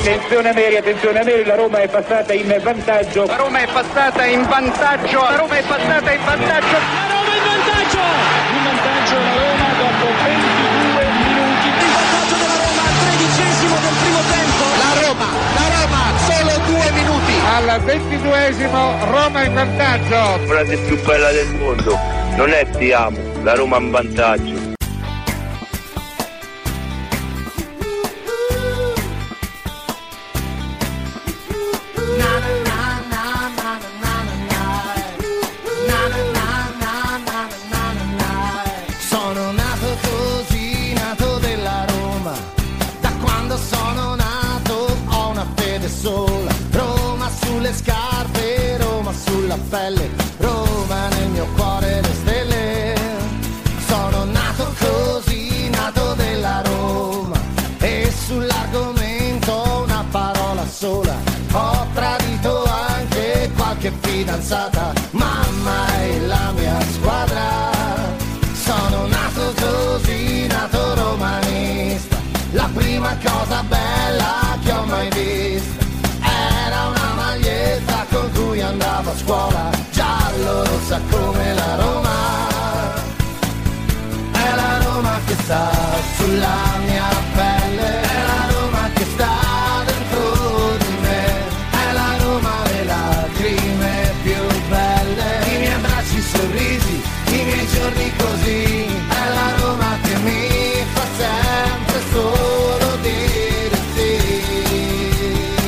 Attenzione Ameri, la Roma è passata in vantaggio. La Roma è passata in vantaggio. La Roma è passata in vantaggio. La Roma in vantaggio. In vantaggio la Roma dopo 22 minuti. Il vantaggio della Roma al 13° del primo tempo. La Roma, solo 2 minuti. Al 22esimo Roma in vantaggio. La frase più bella del mondo non è ti amo, la Roma in vantaggio. Scarpe, Roma sulla pelle, Roma nel mio cuore le stelle. Sono nato così, nato della Roma, e sull'argomento una parola sola. Ho tradito anche qualche fidanzata, mamma è la mia squadra. Sono nato così, nato romanista, la prima cosa bella che ho mai visto era una maglietta con cui andavo a scuola, giallo rossa come la Roma. È la Roma che sta sulla mia pelle, è la Roma che sta dentro di me, è la Roma le lacrime più belle, i miei abbracci, i sorrisi, i miei giorni così, è la Roma che mi fa sempre solo dire sì.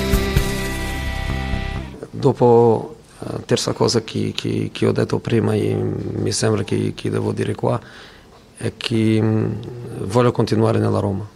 Dopo la terza cosa che ho detto prima, mi sembra che devo dire qua, è che voglio continuare nella Roma.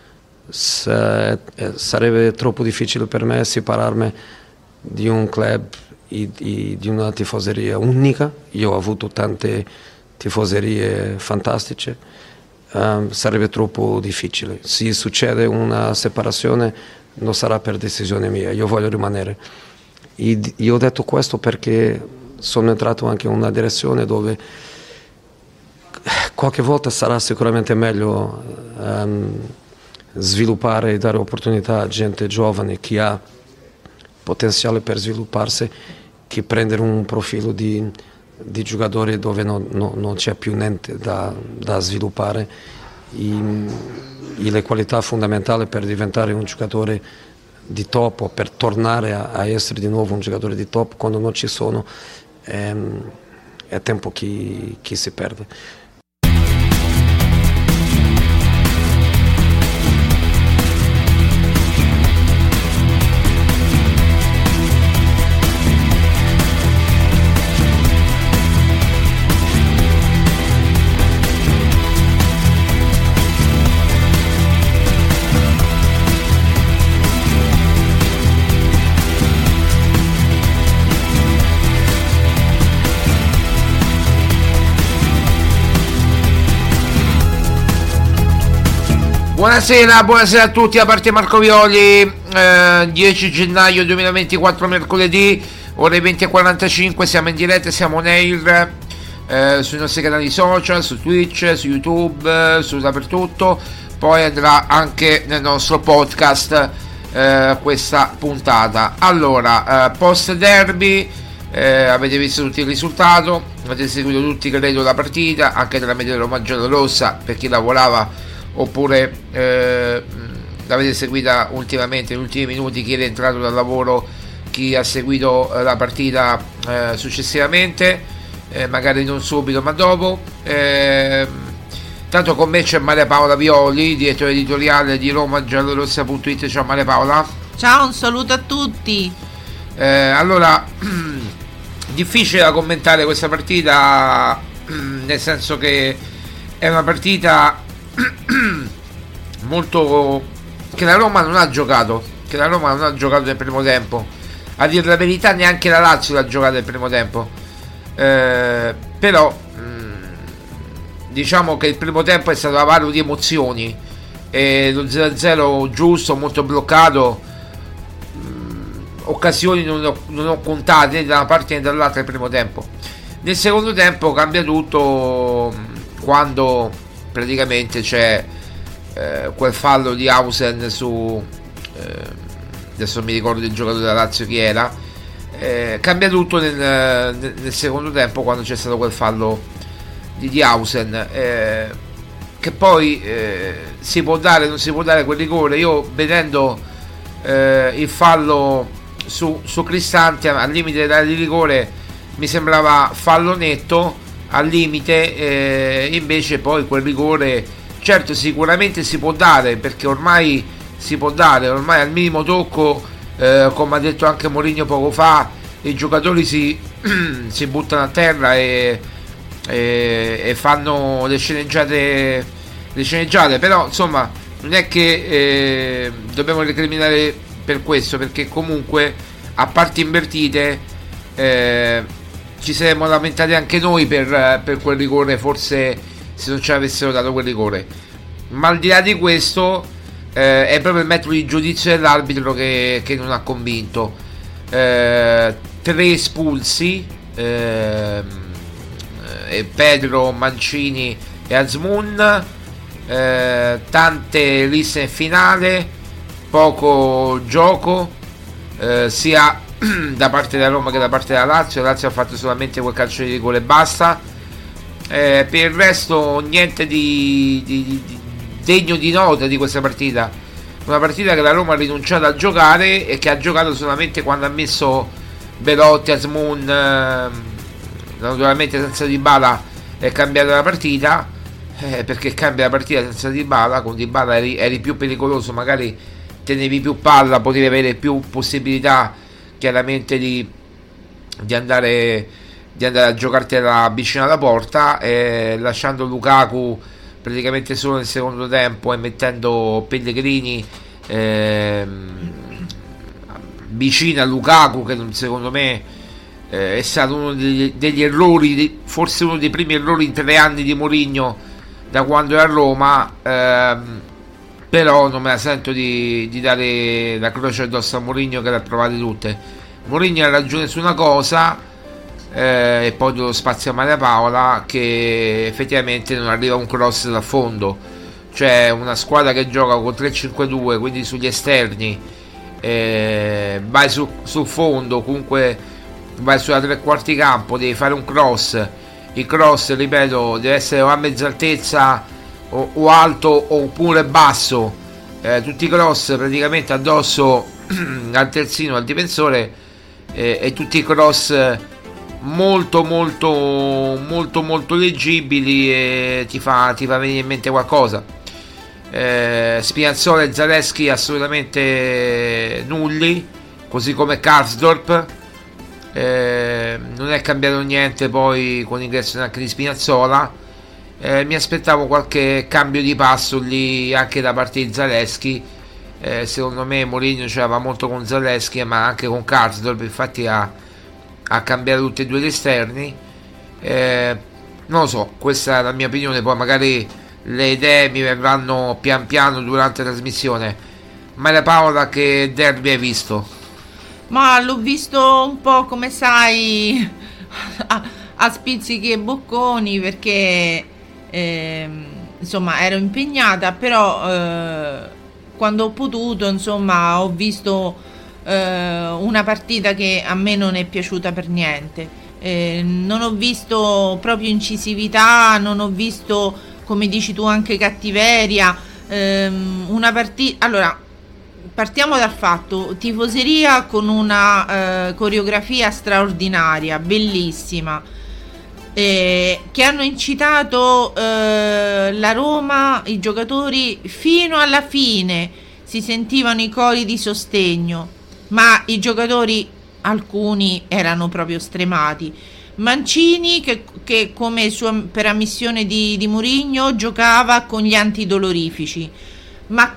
Sarebbe troppo difficile per me separarmi di un club e di una tifoseria unica. Io ho avuto tante tifoserie fantastiche, sarebbe troppo difficile. Se succede una separazione non sarà per decisione mia, io voglio rimanere. Io ho detto questo perché sono entrato anche in una direzione dove qualche volta sarà sicuramente meglio sviluppare e dare opportunità a gente giovane che ha potenziale per svilupparsi, che prendere un profilo di giocatori dove non c'è più niente da sviluppare e le qualità fondamentali per diventare un giocatore di top o per tornare a essere di nuovo un giocatore di top, quando non ci sono è tempo che si perde. Buonasera a tutti, da parte Marco Violi. 10 gennaio 2024, mercoledì, ore 20:45, siamo in diretta, siamo on air sui nostri canali social, su Twitch, su YouTube, su dappertutto. Poi andrà anche nel nostro podcast questa puntata. Allora, post derby, avete visto tutti il risultato, avete seguito tutti, credo, la partita, anche tramite Roma giallorossa, per chi lavorava oppure l'avete seguita ultimamente, negli ultimi minuti, chi era entrato dal lavoro, chi ha seguito la partita successivamente, magari non subito ma dopo. Tanto con me c'è Maria Paola Violi, direttore editoriale di romagiallorossa.it. Ciao Maria Paola. Ciao, un saluto a tutti. Allora, difficile da commentare questa partita, nel senso che è una partita molto che la Roma non ha giocato nel primo tempo. A dire la verità neanche la Lazio l'ha giocato nel primo tempo, però diciamo che il primo tempo è stato avaro di emozioni e lo 0-0 giusto, molto bloccato, occasioni non ho contate né da una parte né dall'altra nel primo tempo. Nel secondo tempo cambia tutto quando praticamente c'è quel fallo di Hausen adesso non mi ricordo il giocatore della Lazio chi era. Cambia tutto nel secondo tempo, quando c'è stato quel fallo di Diausen, che poi si può dare o non si può dare quel rigore. Io vedendo il fallo su Cristante al limite dell'area di rigore mi sembrava fallo netto, al limite, invece poi quel rigore, certo, sicuramente si può dare, perché ormai si può dare, ormai al minimo tocco, come ha detto anche Mourinho poco fa, i giocatori si buttano a terra e fanno le sceneggiate, però insomma non è che dobbiamo recriminare per questo, perché comunque a parti invertite ci saremmo lamentati anche noi per quel rigore, forse, se non ci avessero dato quel rigore. Ma al di là di questo, è proprio il metodo di giudizio dell'arbitro che non ha convinto. 3 espulsi, Pedro, Mancini e Azmoun, tante liste in finale, poco gioco, sia da parte della Roma che da parte della Lazio. La Lazio ha fatto solamente quel calcio di rigore e basta. Per il resto niente di degno di nota di questa partita. Una partita che la Roma ha rinunciato a giocare e che ha giocato solamente quando ha messo Belotti, Azmoun, naturalmente senza Dybala, è cambiata la partita, perché cambia la partita senza Dybala. Con Dybala eri più pericoloso, magari tenevi più palla, potevi avere più possibilità chiaramente di andare a giocartela vicino alla porta, lasciando Lukaku praticamente solo nel secondo tempo e mettendo Pellegrini vicino a Lukaku, che secondo me è stato uno degli errori, forse uno dei primi errori in 3 anni di Mourinho da quando è a Roma. Però non me la sento di dare la croce addosso a Mourinho, che le ha provate tutte. Mourinho ha ragione su una cosa, e poi lo spazio a Maria Paola, che effettivamente non arriva un cross da fondo. Cioè una squadra che gioca con 3-5-2, quindi sugli esterni, vai sul fondo, comunque vai sulla 3/4 campo, devi fare un cross. Il cross, ripeto, deve essere o a mezza altezza o alto oppure basso, tutti i cross praticamente addosso al terzino, al difensore, e tutti i cross molto leggibili, e ti fa venire in mente qualcosa. Spinazzola e Zalewski assolutamente nulli, così come Karsdorp. Non è cambiato niente poi con l'ingresso anche di Spinazzola. Mi aspettavo qualche cambio di passo lì anche da parte di Zalewski. Secondo me Mourinho ce l'aveva molto con Zalewski, ma anche con Karsdorp, infatti ha cambiato tutti e 2 gli esterni. Non lo so, questa è la mia opinione, poi magari le idee mi verranno pian piano durante la trasmissione. Maria Paola, che derby hai visto? Ma l'ho visto un po', come sai, a spizzichi e bocconi, perché insomma ero impegnata, però quando ho potuto, insomma, ho visto una partita che a me non è piaciuta per niente. Non ho visto proprio incisività, non ho visto, come dici tu, anche cattiveria. Una partita, allora, partiamo dal fatto, tifoseria con una coreografia straordinaria, bellissima, che hanno incitato la Roma, i giocatori, fino alla fine. Si sentivano i cori di sostegno, ma i giocatori, alcuni, erano proprio stremati. Mancini, che come per ammissione di Mourinho, giocava con gli antidolorifici, ma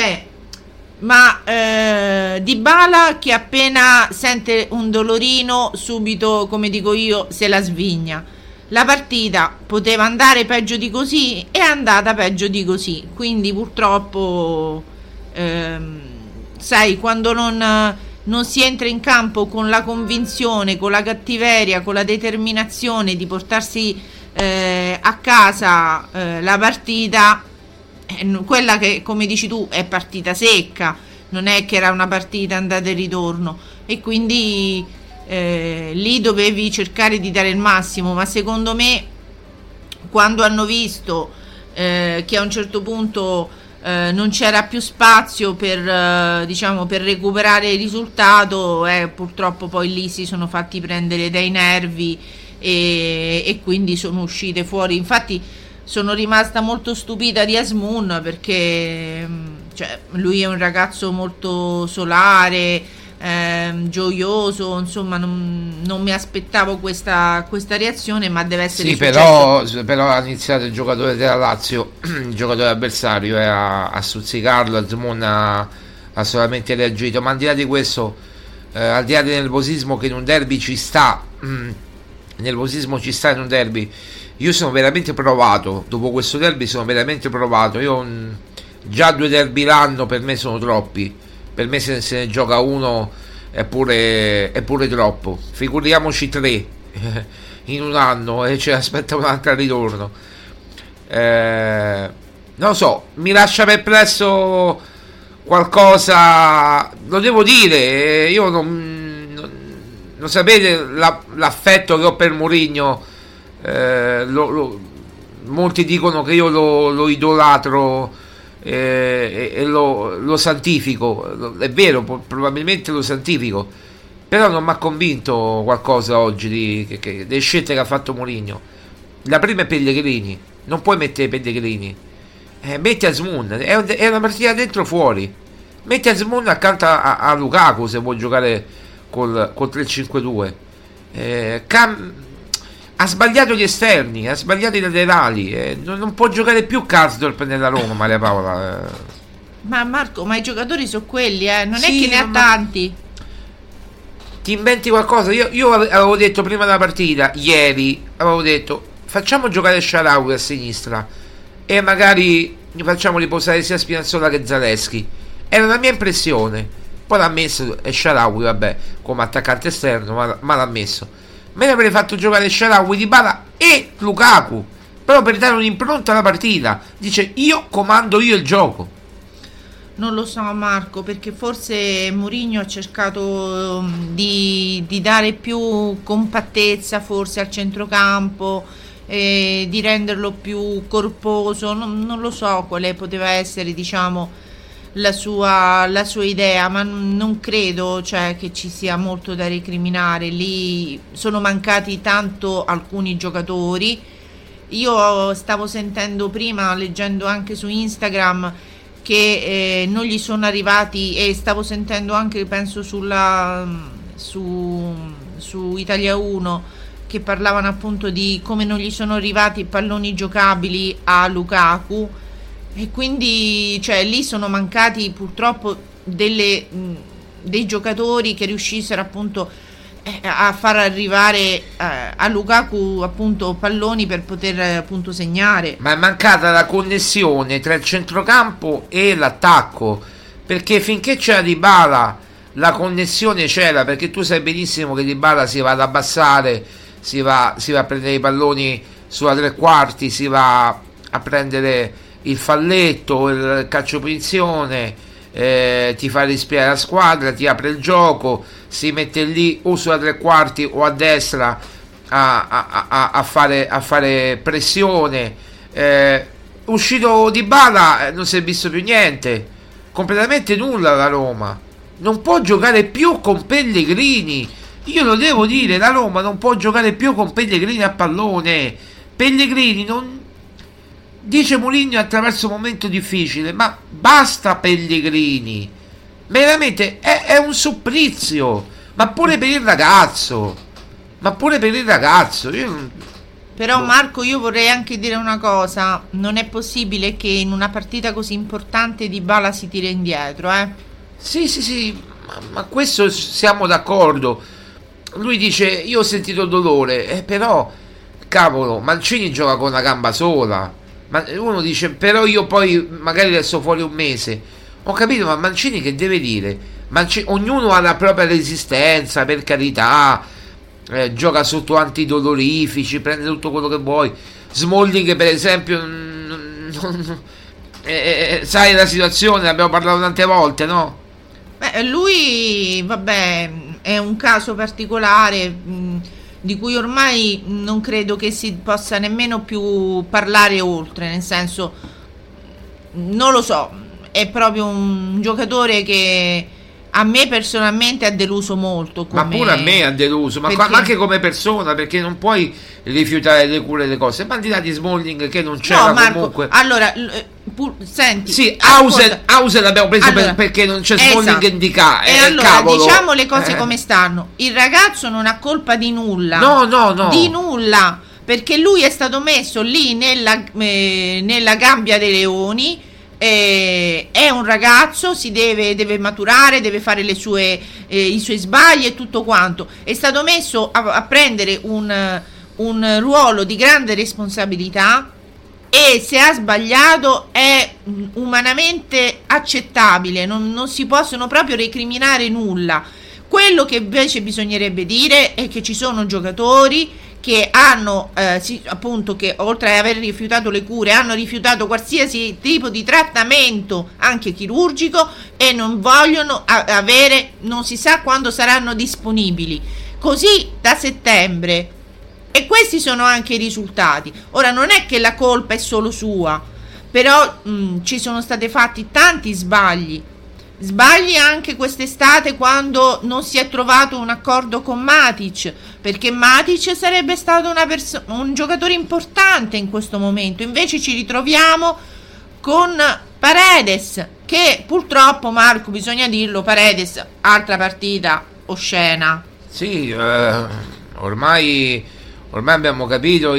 Dybala, che appena sente un dolorino subito, come dico io, se la svigna. La partita poteva andare peggio di così, è andata peggio di così, quindi purtroppo sai, quando non si entra in campo con la convinzione, con la cattiveria, con la determinazione di portarsi a casa la partita, quella che, come dici tu, è partita secca, non è che era una partita andata e ritorno, e quindi lì dovevi cercare di dare il massimo. Ma secondo me, quando hanno visto che a un certo punto non c'era più spazio per diciamo per recuperare il risultato, purtroppo poi lì si sono fatti prendere dai nervi e quindi sono uscite fuori. Infatti sono rimasta molto stupita di Azmoun, perché cioè, lui è un ragazzo molto solare, gioioso, insomma non mi aspettavo questa reazione, ma deve essere successo. Però ha iniziato il giocatore della Lazio, il giocatore avversario, a stuzzicarlo. Azmoun ha solamente reagito. Ma al di là di questo, al di là del nervosismo che in un derby ci sta, nervosismo ci sta in un derby, io sono veramente provato. Dopo questo derby sono veramente provato. Io già 2 derby l'anno per me sono troppi. Per me se ne gioca uno è pure troppo, figuriamoci 3 in un anno, e ci aspetta un altro ritorno. Non lo so, mi lascia perplesso qualcosa, lo devo dire. Io non sapete l'affetto che ho per Mourinho. Molti dicono che io lo idolatro e lo santifico. È vero, probabilmente lo santifico, però non mi ha convinto qualcosa oggi delle scelte che ha fatto Mourinho. La prima è Pellegrini, non puoi mettere Pellegrini, metti Azmoun, è una partita dentro fuori, metti Azmoun accanto a Lukaku se vuoi giocare col 3-5-2. Ha sbagliato gli esterni, ha sbagliato i laterali, non può giocare più Karsdorp nella Roma, Maria Paola. Ma Marco, ma i giocatori sono quelli, non è che ne ha tanti. Ti inventi qualcosa? Io avevo detto prima della partita, ieri, avevo detto facciamo giocare Shaarawy a sinistra e magari facciamo riposare sia Spinazzola che Zalewski. Era la mia impressione. Poi l'ha messo Shaarawy, vabbè, come attaccante esterno, ma l'ha messo. Me ne avrei fatto giocare Shaarawy, Dybala e Lukaku, però per dare un'impronta alla partita. Dice io comando io il gioco. Non lo so Marco, perché forse Mourinho ha cercato di dare più compattezza forse al centrocampo, di renderlo più corposo. Non lo so quale poteva essere, diciamo, la sua idea, ma non credo, cioè, che ci sia molto da recriminare. Lì sono mancati tanto alcuni giocatori. Io stavo sentendo prima, leggendo anche su Instagram, che non gli sono arrivati, e stavo sentendo anche, penso su Italia 1, che parlavano appunto di come non gli sono arrivati palloni giocabili a Lukaku. E quindi, cioè, lì sono mancati purtroppo dei giocatori che riuscissero appunto a far arrivare a Lukaku appunto palloni per poter appunto segnare. Ma è mancata la connessione tra il centrocampo e l'attacco, perché finché c'era Dybala la connessione c'era, perché tu sai benissimo che Dybala si va ad abbassare, si va a prendere i palloni sulla 3/4, si va a prendere il falletto, il calcio punizione, ti fa respirare la squadra, ti apre il gioco, si mette lì o sulla 3/4 o a destra a fare pressione. Uscito Dybala, non si è visto più niente, completamente nulla. La Roma non può giocare più con Pellegrini, io lo devo dire, la Roma non può giocare più con Pellegrini a pallone. Pellegrini non... Dice Mourinho attraverso un momento difficile, ma basta Pellegrini, veramente è un supplizio, ma pure per il ragazzo, Però Marco, io vorrei anche dire una cosa: non è possibile che in una partita così importante Dybala si tira indietro, Sì, ma questo siamo d'accordo. Lui dice io ho sentito dolore, però cavolo, Mancini gioca con una gamba sola. Ma uno dice però io poi magari resto fuori un mese. Ho capito, ma Mancini che deve dire? Ognuno ha la propria resistenza, per carità, gioca sotto antidolorifici, prende tutto quello che vuoi. Smalling per esempio sai la situazione, ne abbiamo parlato tante volte, no? Lui, vabbè, è un caso particolare di cui ormai non credo che si possa nemmeno più parlare oltre, nel senso, non lo so, è proprio un giocatore che a me personalmente ha deluso molto. Ma pure a me ha deluso, ma anche come persona, perché non puoi rifiutare le cure delle cose. Ma al di là di Smalling che non c'era, no, Marco, comunque. Allora, senti. Sì, Hauser l'abbiamo preso perché non c'è Smalling indicato. E allora diciamo le cose come stanno. Il ragazzo non ha colpa di nulla. No. Di nulla. Perché lui è stato messo lì nella gabbia dei leoni. È un ragazzo, si deve maturare, deve fare i suoi sbagli e tutto quanto. È stato messo a prendere un ruolo di grande responsabilità, e se ha sbagliato è umanamente accettabile, non si possono proprio recriminare nulla. Quello che invece bisognerebbe dire è che ci sono giocatori che hanno appunto, che oltre ad aver rifiutato le cure hanno rifiutato qualsiasi tipo di trattamento anche chirurgico, e non vogliono avere, non si sa quando saranno disponibili, così da settembre. E questi sono anche i risultati. Ora, non è che la colpa è solo sua, però ci sono stati fatti tanti sbagli anche quest'estate, quando non si è trovato un accordo con Matic, perché Matic sarebbe stato un giocatore importante in questo momento. Invece ci ritroviamo con Paredes, che purtroppo, Marco, bisogna dirlo, Paredes, altra partita oscena. Sì, ormai abbiamo capito,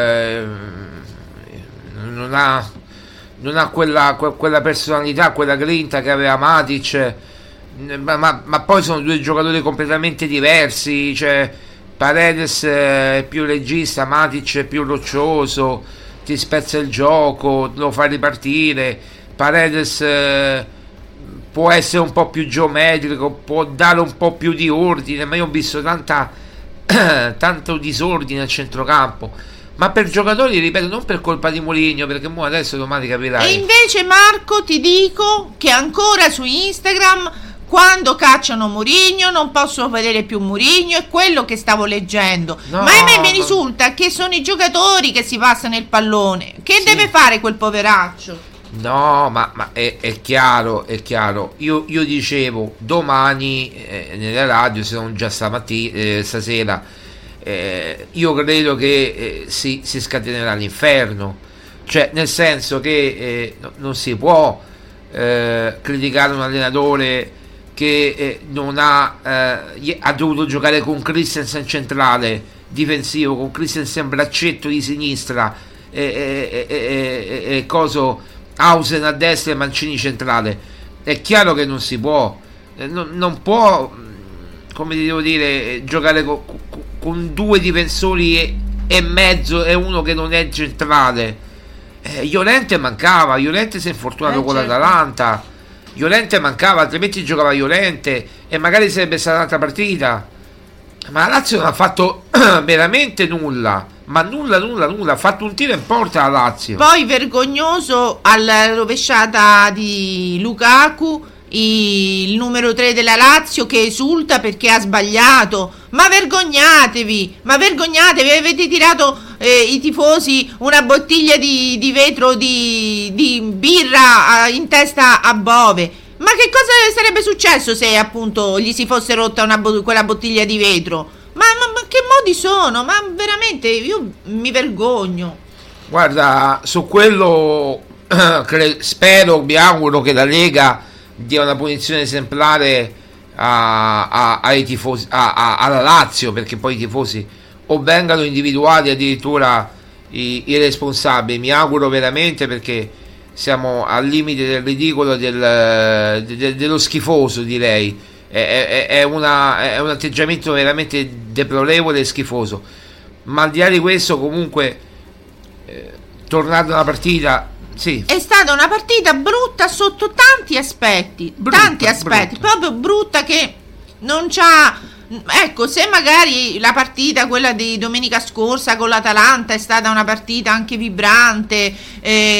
non ha quella personalità, quella grinta che aveva Matic, ma poi sono due giocatori completamente diversi. Cioè, Paredes è più regista, Matic è più roccioso, ti spezza il gioco, lo fa ripartire. Paredes può essere un po' più geometrico, può dare un po' più di ordine, ma io ho visto tanto disordine a centrocampo. Ma per giocatori, ripeto, non per colpa di Mourinho, perché adesso domani capirai. E invece, Marco, ti dico che ancora su Instagram, quando cacciano Mourinho, non posso vedere più Mourinho, è quello che stavo leggendo. Ma a me mi risulta che sono i giocatori che si passano il pallone. Che deve fare quel poveraccio? No, ma è chiaro. Io dicevo domani nella radio, se non già stasera, io credo che si scatenerà l'inferno. Cioè, nel senso che non si può criticare un allenatore che non ha dovuto giocare con Christensen centrale difensivo, con Christensen braccetto di sinistra e coso Hausen a destra e Mancini centrale. È chiaro che non si può, non può, come ti devo dire, giocare con due difensori e mezzo e uno che non è centrale. Llorente mancava, Llorente si è infortunato con l'Atalanta, Llorente mancava, altrimenti giocava Llorente e magari sarebbe stata un'altra partita. Ma la Lazio non ha fatto veramente nulla, ma nulla, ha fatto un tiro in porta la Lazio. Poi vergognoso alla rovesciata di Lukaku, il numero 3 della Lazio che esulta perché ha sbagliato. Ma vergognatevi, avete tirato i tifosi una bottiglia di vetro di birra in testa a Bove. Ma che cosa sarebbe successo se appunto gli si fosse rotta quella bottiglia di vetro? Ma che modi sono? Ma veramente io mi vergogno. Guarda, su quello spero, mi auguro che la Lega dia una punizione esemplare ai tifosi, alla Lazio, perché poi i tifosi o vengano individuati addirittura i responsabili. Mi auguro veramente, perché siamo al limite del ridicolo, dello schifoso, direi. È un atteggiamento veramente deplorevole e schifoso. Ma al di là di questo, comunque, tornando alla partita, sì, è stata una partita brutta sotto tanti aspetti, proprio brutta, che non c'ha. Ecco, se magari la partita, quella di domenica scorsa con l'Atalanta, è stata una partita anche vibrante,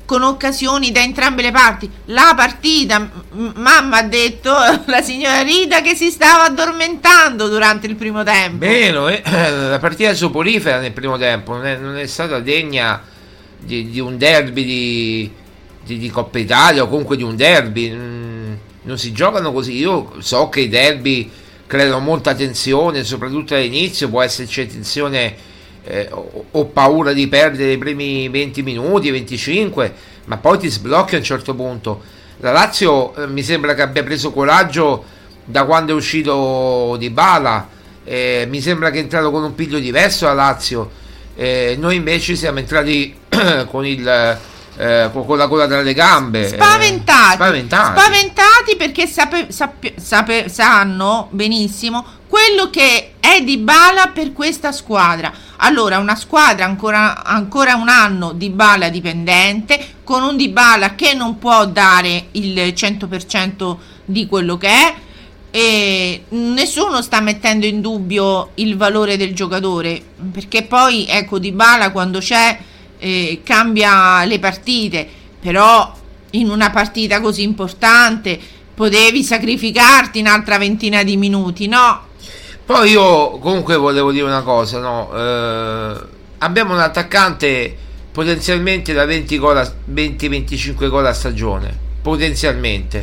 con occasioni da entrambe le parti. La partita, mamma ha detto, la signora Rita, che si stava addormentando durante il primo tempo. Vero, la partita soporifera nel primo tempo, non è stata degna di un derby di Coppa Italia, o comunque di un derby. Non si giocano così. Io so che i derby creano molta tensione, soprattutto all'inizio può esserci tensione o paura di perdere i primi 20 minuti, 25, ma poi ti sblocchi a un certo punto. La Lazio mi sembra che abbia preso coraggio da quando è uscito Dybala, mi sembra che è entrato con un piglio diverso la Lazio, noi invece siamo entrati con la coda tra le gambe, spaventati perché sanno benissimo quello che è Dybala per questa squadra. Allora, una squadra ancora un anno Dybala dipendente, con un Dybala che non può dare il 100% di quello che è, e nessuno sta mettendo in dubbio il valore del giocatore, perché poi ecco, Dybala quando c'è cambia le partite, però in una partita così importante potevi sacrificarti un'altra ventina di minuti, no? Poi io comunque volevo dire una cosa, no? Abbiamo un attaccante potenzialmente da 20-25 gol a stagione, potenzialmente,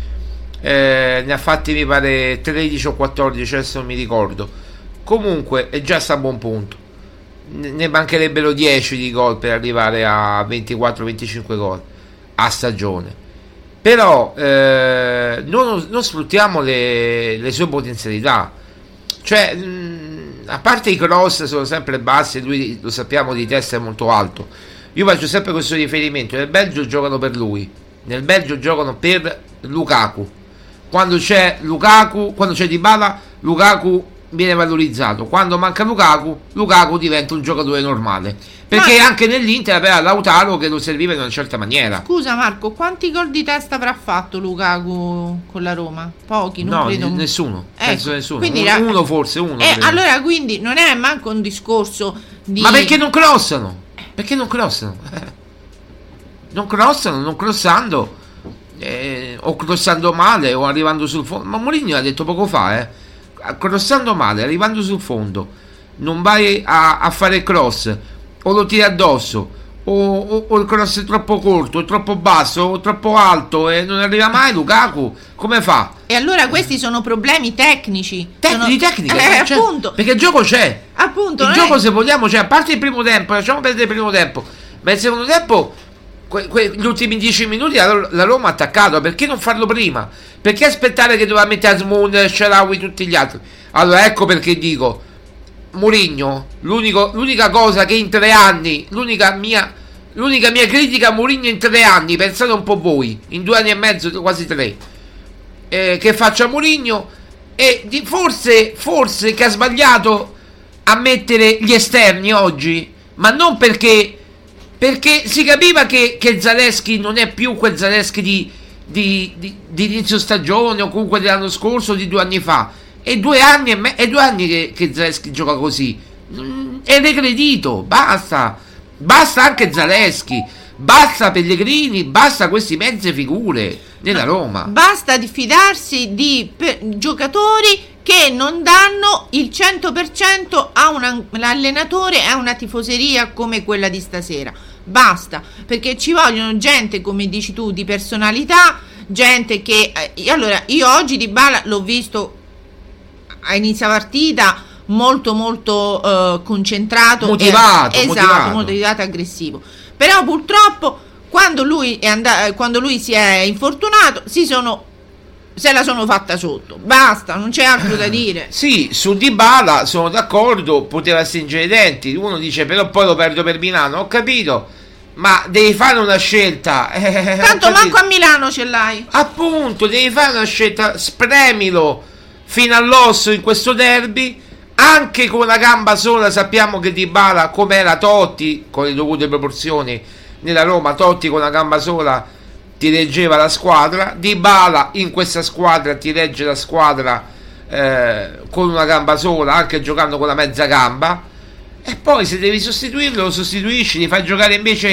ne ha fatti mi pare 13 o 14, adesso non mi ricordo, comunque è già sta a buon punto, ne mancherebbero 10 di gol per arrivare a 24-25 gol a stagione, però non sfruttiamo le sue potenzialità. Cioè, a parte i cross sono sempre bassi, lui lo sappiamo di testa è molto alto. Io faccio sempre questo riferimento: nel Belgio giocano per lui, nel Belgio giocano per Lukaku. Quando c'è Dybala, Lukaku viene valorizzato. Quando manca Lukaku diventa un giocatore normale, perché anche nell'Inter aveva Lautaro che lo serviva in una certa maniera. Scusa Marco, quanti gol di testa avrà fatto Lukaku con la Roma? Pochi, non credo. Nessuno, penso nessuno. Quindi uno forse, uno. Allora quindi non è manco un discorso di... Ma perché non crossano? Perché non crossano? Non crossando, o crossando male o arrivando sul fondo. Ma Mourinho ha detto poco fa, crossando male, arrivando sul fondo, non vai a fare cross, o lo tiri addosso, o il cross è troppo corto, o troppo basso, o troppo alto e non arriva mai. Lukaku come fa? E allora questi sono problemi tecnici, di tecnica, appunto, perché il gioco c'è, appunto, il gioco se vogliamo c'è, a parte il primo tempo, lasciamo perdere il primo tempo, ma il secondo tempo, gli ultimi 10 minuti la Roma ha attaccato. Perché non farlo prima? Perché aspettare che doveva mettere Asmoun, Shaarawy, tutti gli altri? Allora ecco perché dico, Mourinho, l'unica cosa che in 3 anni, l'unica mia critica a Mourinho in 3 anni, pensate un po' voi, in 2 anni e mezzo, quasi 3, che faccia Mourinho, e forse che ha sbagliato a mettere gli esterni oggi, ma non perché si capiva che Zalewski non è più quel Zalewski di inizio stagione, o comunque dell'anno scorso o di 2 anni fa. È 2 anni che Zalewski gioca così, è regredito, basta anche Zalewski, basta Pellegrini, basta questi mezze figure nella Roma, basta di fidarsi di giocatori che non danno il 100% a un allenatore e a una tifoseria come quella di stasera. Basta, perché ci vogliono gente, come dici tu, di personalità, gente che allora, io oggi Dybala l'ho visto a inizio partita molto concentrato, motivato, motivato, aggressivo, però purtroppo quando lui si è infortunato se la sono fatta sotto, basta, non c'è altro da dire. Sì, su Dybala sono d'accordo, poteva stringere i denti, uno dice però poi lo perdo per Milano, ho capito, ma devi fare una scelta, tanto manco a Milano ce l'hai, appunto, devi fare una scelta, spremilo fino all'osso in questo derby, anche con una gamba sola. Sappiamo che Dybala, come era Totti, con le dovute proporzioni nella Roma, Totti con una gamba sola ti reggeva la squadra, Dybala in questa squadra ti regge la squadra con una gamba sola, anche giocando con la mezza gamba. E poi se devi sostituirlo, lo sostituisci, li fai giocare invece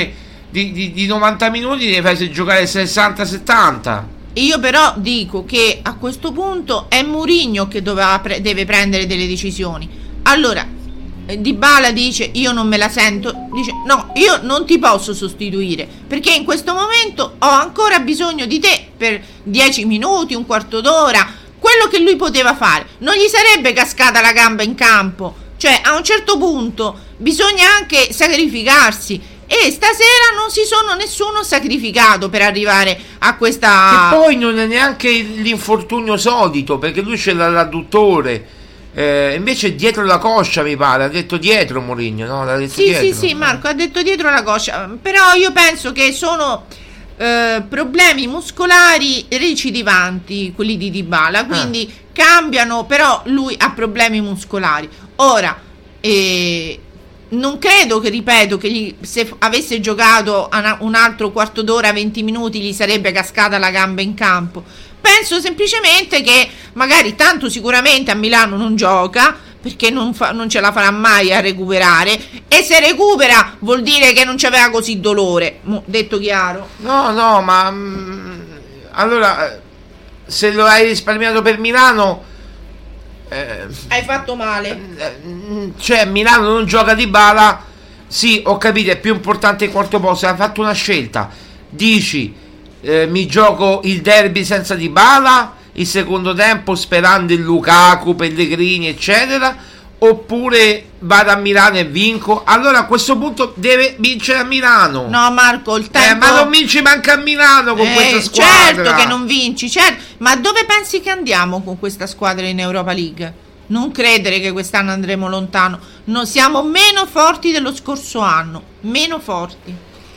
di 90 minuti ne fai giocare 60-70. Io però dico che a questo punto è Mourinho che deve prendere delle decisioni. Allora Dybala dice io non me la sento, dice no, io non ti posso sostituire perché in questo momento ho ancora bisogno di te per 10 minuti, un quarto d'ora, quello che lui poteva fare. Non gli sarebbe cascata la gamba in campo, cioè a un certo punto bisogna anche sacrificarsi e stasera non si sono nessuno sacrificato per arrivare a questa. E poi non è neanche l'infortunio solito perché lui c'è l'adduttore. Invece dietro la coscia mi pare, ha detto dietro Mourinho, no? L'ha detto dietro. Sì, Marco ha detto dietro la coscia, però io penso che sono problemi muscolari recidivanti quelli di Dybala, quindi cambiano, però lui ha problemi muscolari. Ora non credo che, ripeto, che se avesse giocato un altro quarto d'ora, 20 minuti, gli sarebbe cascata la gamba in campo. Penso semplicemente che magari, tanto sicuramente a Milano non gioca perché non ce la farà mai a recuperare, e se recupera vuol dire che non c'aveva così dolore, detto chiaro. No, ma allora se lo hai risparmiato per Milano hai fatto male. Cioè Milano non gioca Dybala, sì, ho capito, è più importante il quarto posto, hai fatto una scelta, dici mi gioco il derby senza Dybala, il secondo tempo sperando in Lukaku, Pellegrini eccetera, oppure vado a Milano e vinco. Allora a questo punto deve vincere a Milano. No Marco, il tempo ma non vinci manca a Milano con questa squadra. Certo che non vinci, certo. Ma dove pensi che andiamo con questa squadra in Europa League? Non credere che quest'anno andremo lontano. Siamo meno forti dello scorso anno, meno forti,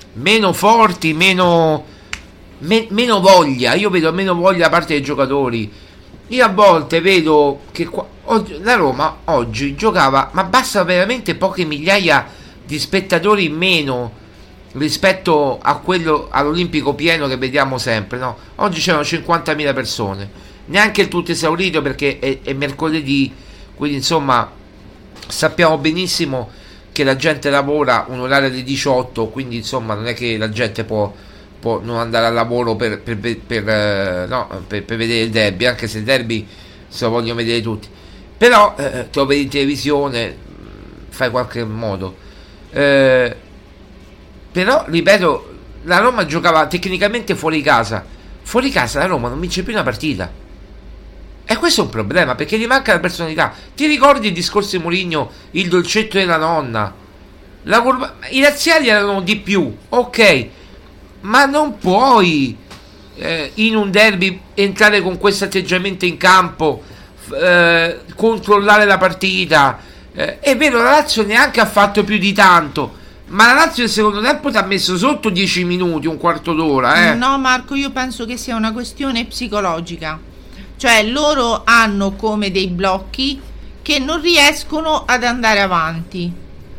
meno voglia. Io vedo meno voglia da parte dei giocatori. Io a volte vedo che la Roma oggi giocava, ma basta veramente poche migliaia di spettatori in meno rispetto a quello all'Olimpico pieno che vediamo sempre, no? Oggi c'erano 50.000 persone, neanche il tutto esaurito perché è mercoledì, quindi insomma sappiamo benissimo che la gente lavora un orario alle 18, quindi insomma non è che la gente può non andare al lavoro per vedere il derby, anche se il derby se lo vogliono vedere tutti, però te lo vedi in televisione, fai qualche modo, però ripeto, la Roma giocava tecnicamente fuori casa la Roma non vince più una partita, e questo è un problema perché gli manca la personalità. Ti ricordi il discorso di Mourinho, il dolcetto della nonna, i razziali erano di più, ok, ma non puoi in un derby entrare con questo atteggiamento in campo, controllare la partita. È vero, la Lazio neanche ha fatto più di tanto, ma la Lazio nel secondo tempo ti ha messo sotto 10 minuti, un quarto d'ora. No Marco, io penso che sia una questione psicologica, cioè loro hanno come dei blocchi che non riescono ad andare avanti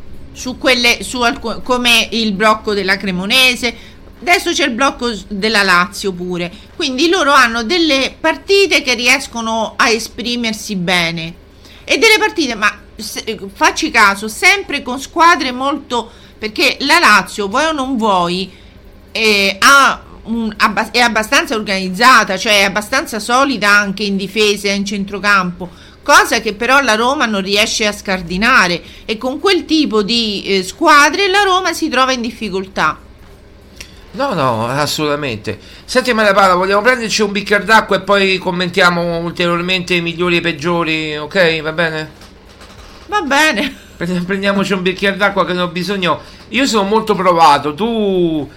come il blocco della Cremonese. Adesso c'è il blocco della Lazio pure, quindi loro hanno delle partite che riescono a esprimersi bene e delle partite, ma facci caso, sempre con squadre molto, perché la Lazio, vuoi o non vuoi, è abbastanza organizzata, cioè è abbastanza solida anche in difesa e in centrocampo, cosa che però la Roma non riesce a scardinare, e con quel tipo di squadre la Roma si trova in difficoltà. No, assolutamente. Senti Malapala, vogliamo prenderci un bicchiere d'acqua e poi commentiamo ulteriormente i migliori e i peggiori, ok? Va bene? Va bene. Prendiamoci un bicchiere d'acqua che ne ho bisogno. Io sono molto provato, tu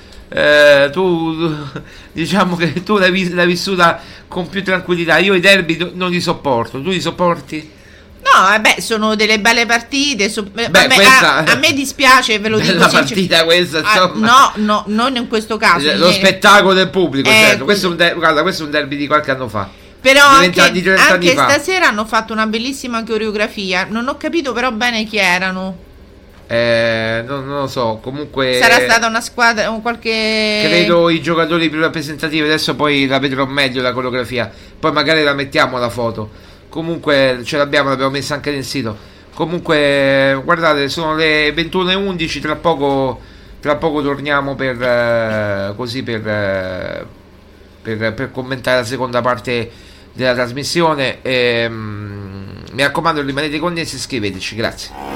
diciamo che tu l'hai vissuta con più tranquillità. Io i derby non li sopporto, tu li sopporti? No, sono delle belle partite. A me dispiace, ve lo dico. La partita questa, insomma. No, non in questo caso. Lo spettacolo del pubblico, certo. Questo è un derby di qualche anno fa. Però anche stasera hanno fatto una bellissima coreografia. Non ho capito però bene chi erano. Non lo so. Comunque sarà stata una squadra, qualche. Credo i giocatori più rappresentativi. Adesso poi la vedrò meglio la coreografia. Poi magari la mettiamo la foto. Comunque ce l'abbiamo messa anche nel sito. Comunque guardate, sono le 21:11, tra poco Tra poco torniamo per commentare la seconda parte della trasmissione. Mi raccomando, rimanete connessi e scriveteci, grazie.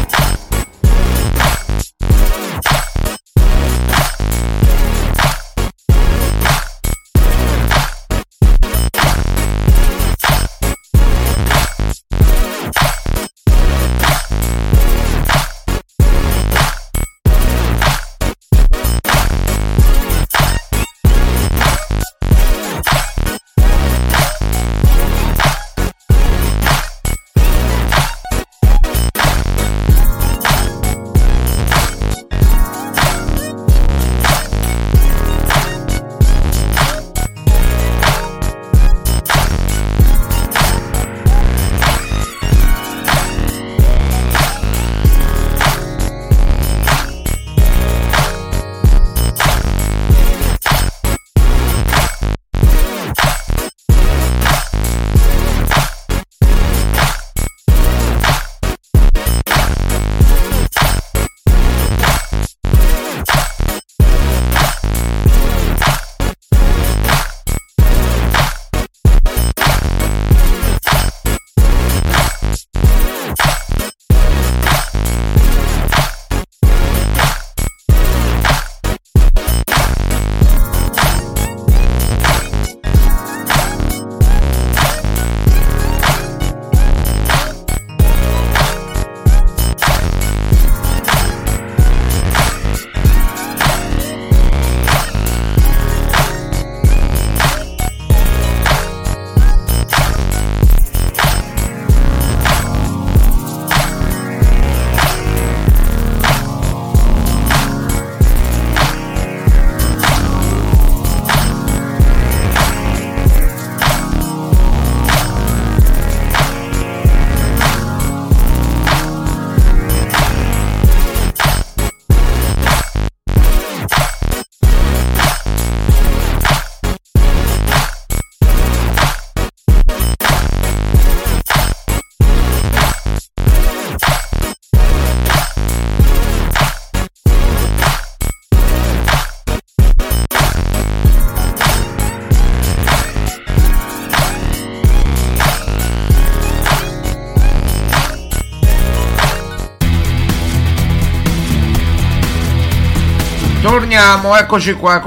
Torniamo, eccoci qua.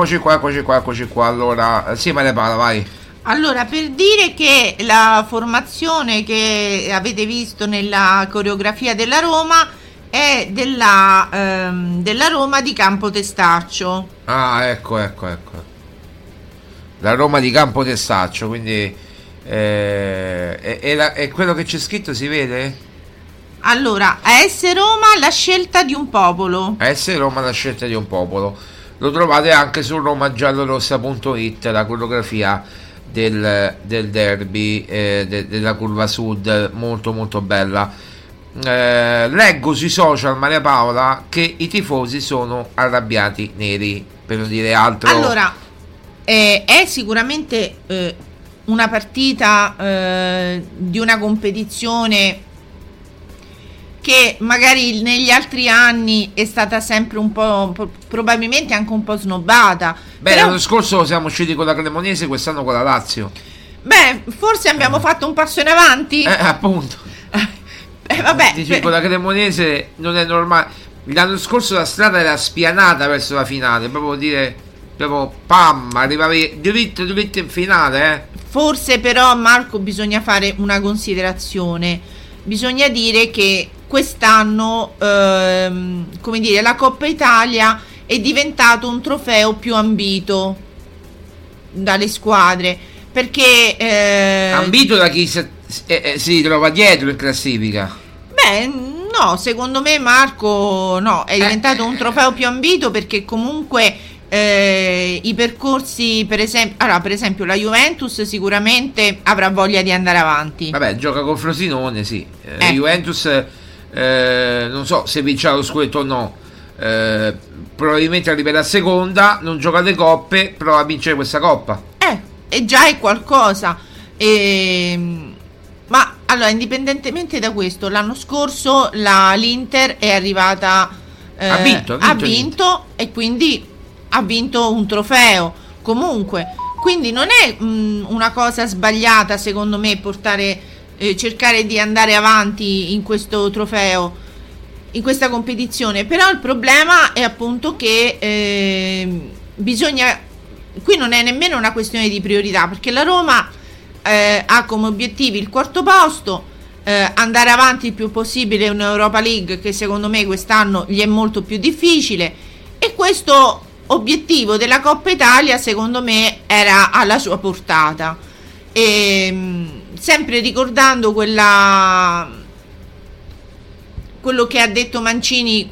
Allora, sì, Maria Paola, vai. Allora, per dire che la formazione che avete visto nella coreografia della Roma è della Roma di Campo Testaccio. Ah, ecco. La Roma di Campo Testaccio, quindi è quello che c'è scritto, si vede? Allora, AS Roma, la scelta di un popolo. AS Roma, la scelta di un popolo. Lo trovate anche su romagiallorossa.it, la coreografia del derby della curva sud, molto molto bella. Leggo sui social, Maria Paola, che i tifosi sono arrabbiati neri, per non dire altro. Allora, è sicuramente una partita di una competizione che magari negli altri anni è stata sempre un po', probabilmente anche un po' snobbata. Beh, l'anno scorso siamo usciti con la Cremonese, quest'anno con la Lazio. Beh, forse abbiamo fatto un passo in avanti. Appunto. Vabbè. Dici, con la Cremonese non è normale. L'anno scorso la strada era spianata verso la finale, proprio pam, arrivavi dritto in finale. Forse però, Marco, bisogna fare una considerazione. Bisogna dire che quest'anno, come dire, la Coppa Italia è diventato un trofeo più ambito dalle squadre, perché ambito da chi si trova dietro in classifica. Beh, no, secondo me, Marco, no, è diventato un trofeo più ambito perché comunque i percorsi, per esempio la Juventus sicuramente avrà voglia di andare avanti. Vabbè, gioca con Frosinone, sì. La Juventus non so se vincerà lo scudetto o no, probabilmente arriverà seconda, non gioca le coppe, prova a vincere questa coppa. E già è qualcosa. Ma allora, indipendentemente da questo, l'anno scorso l'Inter è arrivata ha vinto e quindi ha vinto un trofeo comunque, quindi non è una cosa sbagliata secondo me cercare di andare avanti in questo trofeo, in questa competizione. Però il problema è appunto che bisogna, qui non è nemmeno una questione di priorità, perché la Roma ha come obiettivi il 4º posto, andare avanti il più possibile in Europa League, che secondo me quest'anno gli è molto più difficile, e questo obiettivo della Coppa Italia secondo me era alla sua portata. Sempre ricordando quello che ha detto Mancini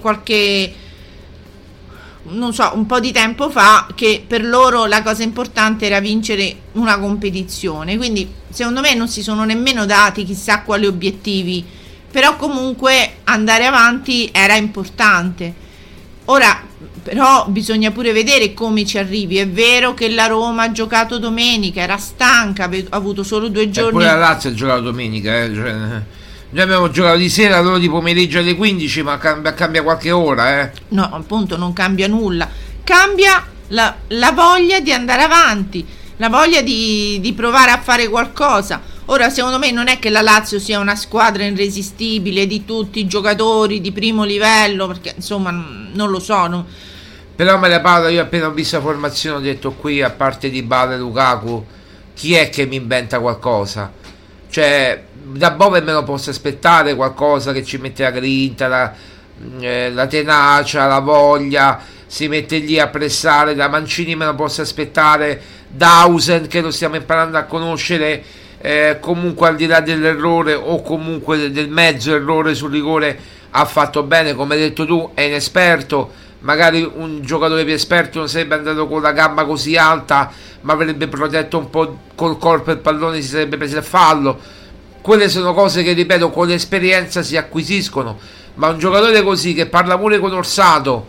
un po' di tempo fa, che per loro la cosa importante era vincere una competizione, quindi secondo me non si sono nemmeno dati chissà quali obiettivi, però comunque andare avanti era importante. Ora però bisogna pure vedere come ci arrivi. È vero che la Roma ha giocato domenica, era stanca, ha avuto solo 2 giorni. Pure la Lazio ha giocato domenica, noi abbiamo giocato di sera, loro di pomeriggio alle 15, ma cambia qualche ora. No, appunto non cambia nulla, cambia la voglia di andare avanti, la voglia di provare a fare qualcosa. Ora secondo me non è che la Lazio sia una squadra irresistibile di tutti i giocatori di primo livello, perché insomma non lo so, però me ne parlo, io appena ho visto la formazione ho detto, qui a parte Dybala e Lukaku chi è che mi inventa qualcosa? Cioè da Bove me lo posso aspettare qualcosa che ci mette la grinta, la tenacia, la voglia, si mette lì a pressare. Da Mancini me lo posso aspettare, Dausen che lo stiamo imparando a conoscere, comunque al di là dell'errore o comunque del mezzo errore sul rigore ha fatto bene, come hai detto tu è inesperto, magari un giocatore più esperto non sarebbe andato con la gamba così alta, ma avrebbe protetto un po' col corpo il pallone, si sarebbe preso il fallo. Quelle sono cose che, ripeto, con l'esperienza si acquisiscono, ma un giocatore così che parla pure con Orsato,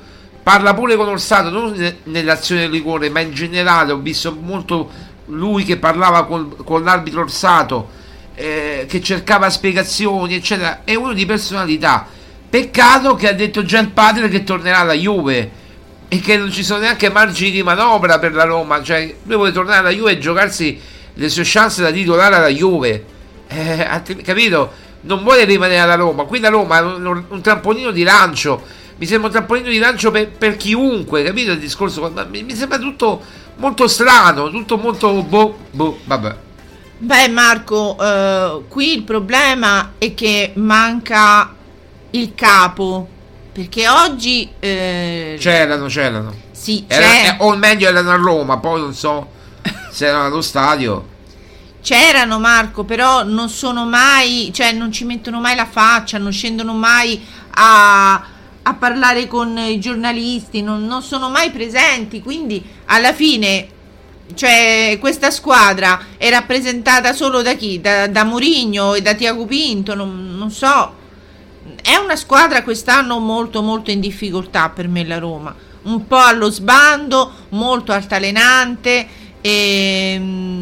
non nell'azione del rigore, ma in generale ho visto molto lui che parlava con l'arbitro Orsato, che cercava spiegazioni eccetera, è uno di personalità. Peccato che ha detto già il padre che tornerà alla Juve e che non ci sono neanche margini di manovra per la Roma, cioè lui vuole tornare alla Juve e giocarsi le sue chance da titolare alla Juve, capito? Non vuole rimanere alla Roma. Qui la Roma è un trampolino di lancio, mi sembra un trampolino di lancio per chiunque, capito il discorso? Mi sembra tutto molto strano, tutto molto vabbè. Beh Marco, qui il problema è che manca il capo, perché oggi c'erano sì, o meglio erano a Roma, poi non so se erano allo stadio. C'erano Marco, però non sono mai, cioè non ci mettono mai la faccia, non scendono mai a parlare con i giornalisti, non sono mai presenti, quindi alla fine, cioè, questa squadra è rappresentata solo da chi? Da Mourinho e da Tiago Pinto, non so. È una squadra quest'anno molto molto in difficoltà per me la Roma, un po' allo sbando, molto altalenante, e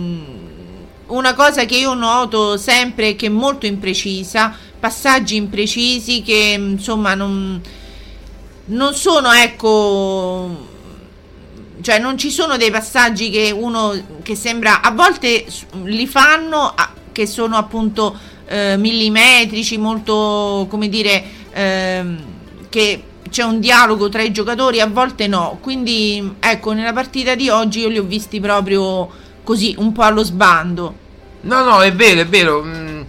una cosa che io noto sempre è che è molto imprecisa, passaggi imprecisi che insomma non sono, ecco, cioè non ci sono dei passaggi che sembra, a volte li fanno che sono appunto millimetrici, molto, come dire, che c'è un dialogo tra i giocatori, a volte no. Quindi ecco, nella partita di oggi io li ho visti proprio così, un po' allo sbando. No, è vero,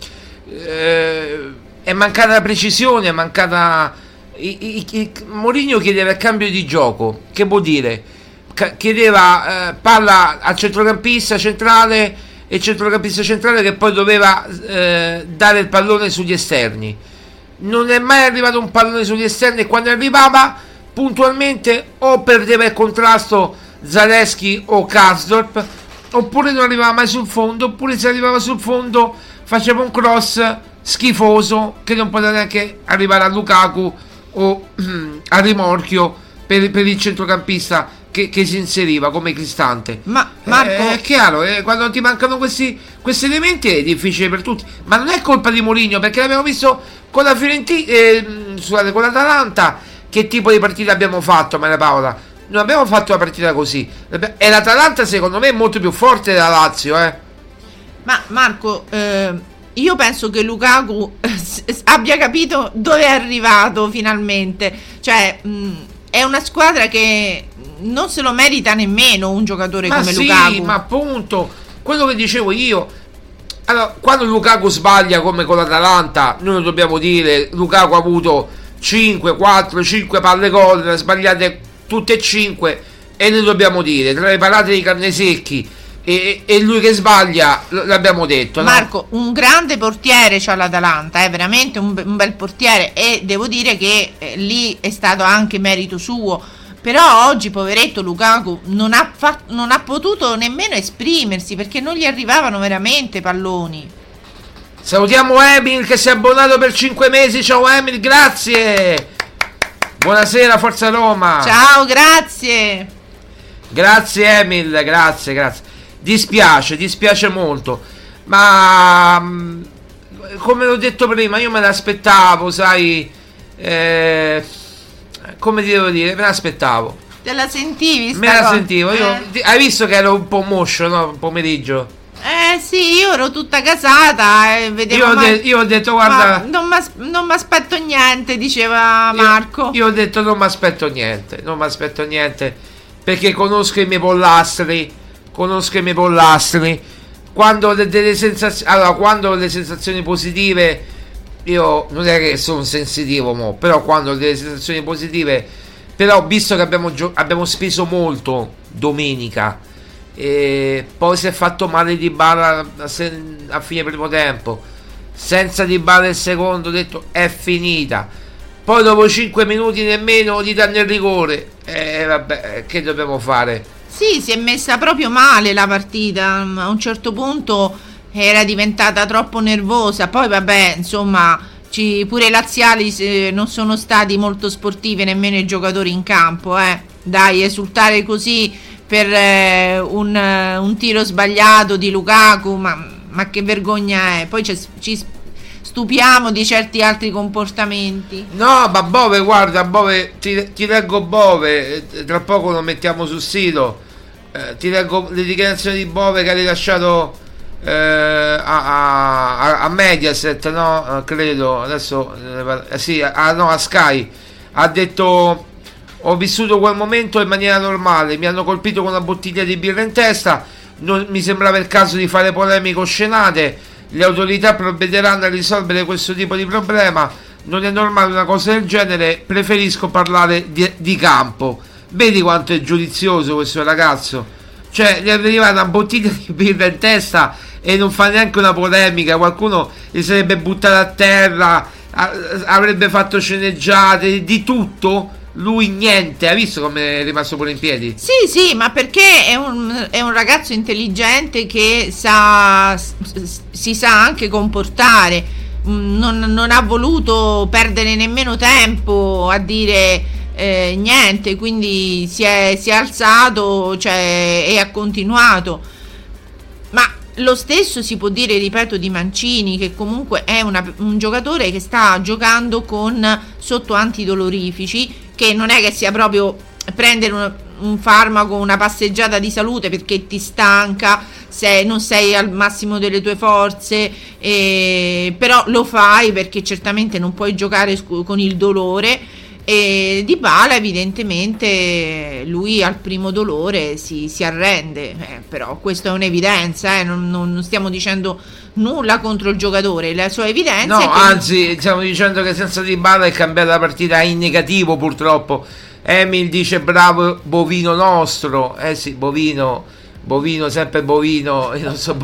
è mancata la precisione, è mancata. Mourinho chiedeva il cambio di gioco, che vuol dire? Chiedeva palla al centrocampista centrale, e il centrocampista centrale che poi doveva dare il pallone sugli esterni. Non è mai arrivato un pallone sugli esterni, e quando arrivava puntualmente o perdeva il contrasto Zalewski o Karsdorp, oppure non arrivava mai sul fondo, oppure se arrivava sul fondo faceva un cross schifoso che non poteva neanche arrivare a Lukaku o a rimorchio per il centrocampista che si inseriva come Cristante. Ma Marco, è chiaro, quando ti mancano questi elementi è difficile per tutti, ma non è colpa di Mourinho, perché l'abbiamo visto con la Fiorentina, con l'Atalanta, che tipo di partita abbiamo fatto, Maria Paola? Non abbiamo fatto una partita così. E l'Atalanta secondo me è molto più forte della Lazio, Ma Marco, io penso che Lukaku abbia capito dove è arrivato finalmente. Cioè, è una squadra che non se lo merita nemmeno un giocatore come Lukaku. Ma appunto, quello che dicevo io. Allora, quando Lukaku sbaglia come con l'Atalanta, noi lo dobbiamo dire, Lukaku ha avuto 5 palle gol, sbagliate tutte e 5, e noi dobbiamo dire, tra le parate di Cannesecchi e lui che sbaglia, l'abbiamo detto, no? Marco, un grande portiere c'ha l'Atalanta, è veramente un bel portiere, e devo dire che lì è stato anche merito suo. Però oggi, poveretto Lukaku, non ha potuto nemmeno esprimersi, perché non gli arrivavano veramente palloni. Salutiamo Emil che si è abbonato per 5 mesi. Ciao Emil, grazie. Buonasera, Forza Roma. Ciao, grazie. Grazie Emil, grazie. Dispiace molto, ma come l'ho detto prima, io me l'aspettavo, sai, come ti devo dire, me l'aspettavo. Te la sentivi? Me la sentivo, hai visto che ero un po' moscio, no? Pomeriggio. Sì, io ero tutta casata e vedevo. Io ho detto, guarda, non mi aspetto niente, diceva Marco. Io ho detto non mi aspetto niente, perché conosco i miei pollastri. Quando delle sensazioni, allora, quando le sensazioni positive, io non è che sono sensitivo, però quando ho delle sensazioni positive, però visto che abbiamo speso molto domenica, e poi si è fatto male Dybala a fine primo tempo, senza Dybala il secondo, ho detto è finita. Poi dopo 5 minuti nemmeno ti danno il rigore, vabbè, che dobbiamo fare? Sì, si è messa proprio male la partita, a un certo punto era diventata troppo nervosa. Poi vabbè, insomma, pure i laziali non sono stati molto sportivi, nemmeno i giocatori in campo, dai, esultare così per un tiro sbagliato di Lukaku, ma che vergogna è. Poi ci stupiamo di certi altri comportamenti. No, ma Bove, guarda, Bove, ti leggo Bove, tra poco lo mettiamo sul sito, ti leggo le dichiarazioni di Bove che ha rilasciato a Mediaset, no? Credo, adesso a Sky. Ha detto: ho vissuto quel momento in maniera normale, mi hanno colpito con una bottiglia di birra in testa, non mi sembrava il caso di fare polemiche o scenate, le autorità provvederanno a risolvere questo tipo di problema, non è normale una cosa del genere, preferisco parlare di campo. Vedi quanto è giudizioso questo ragazzo, cioè gli è arrivata una bottiglia di birra in testa e non fa neanche una polemica, qualcuno gli sarebbe buttato a terra, avrebbe fatto sceneggiate, di tutto. Lui niente, hai visto come è rimasto pure in piedi? Sì, ma perché è un ragazzo intelligente che si sa anche comportare, non ha voluto perdere nemmeno tempo a dire niente, quindi si è alzato, cioè, e ha continuato. Ma lo stesso si può dire, ripeto, di Mancini, che comunque è un giocatore che sta giocando sotto antidolorifici, che non è che sia proprio prendere un farmaco, una passeggiata di salute perché ti stanca, non sei al massimo delle tue forze, però lo fai perché certamente non puoi giocare con il dolore. E Dybala evidentemente lui al primo dolore si arrende, però questa è un'evidenza, non stiamo dicendo nulla contro il giocatore, la sua evidenza è che anzi stiamo dicendo che senza Dybala è cambiata la partita in negativo, purtroppo. Emil dice bravo Bovino nostro, sì, Bovino, sempre Bovino, io non so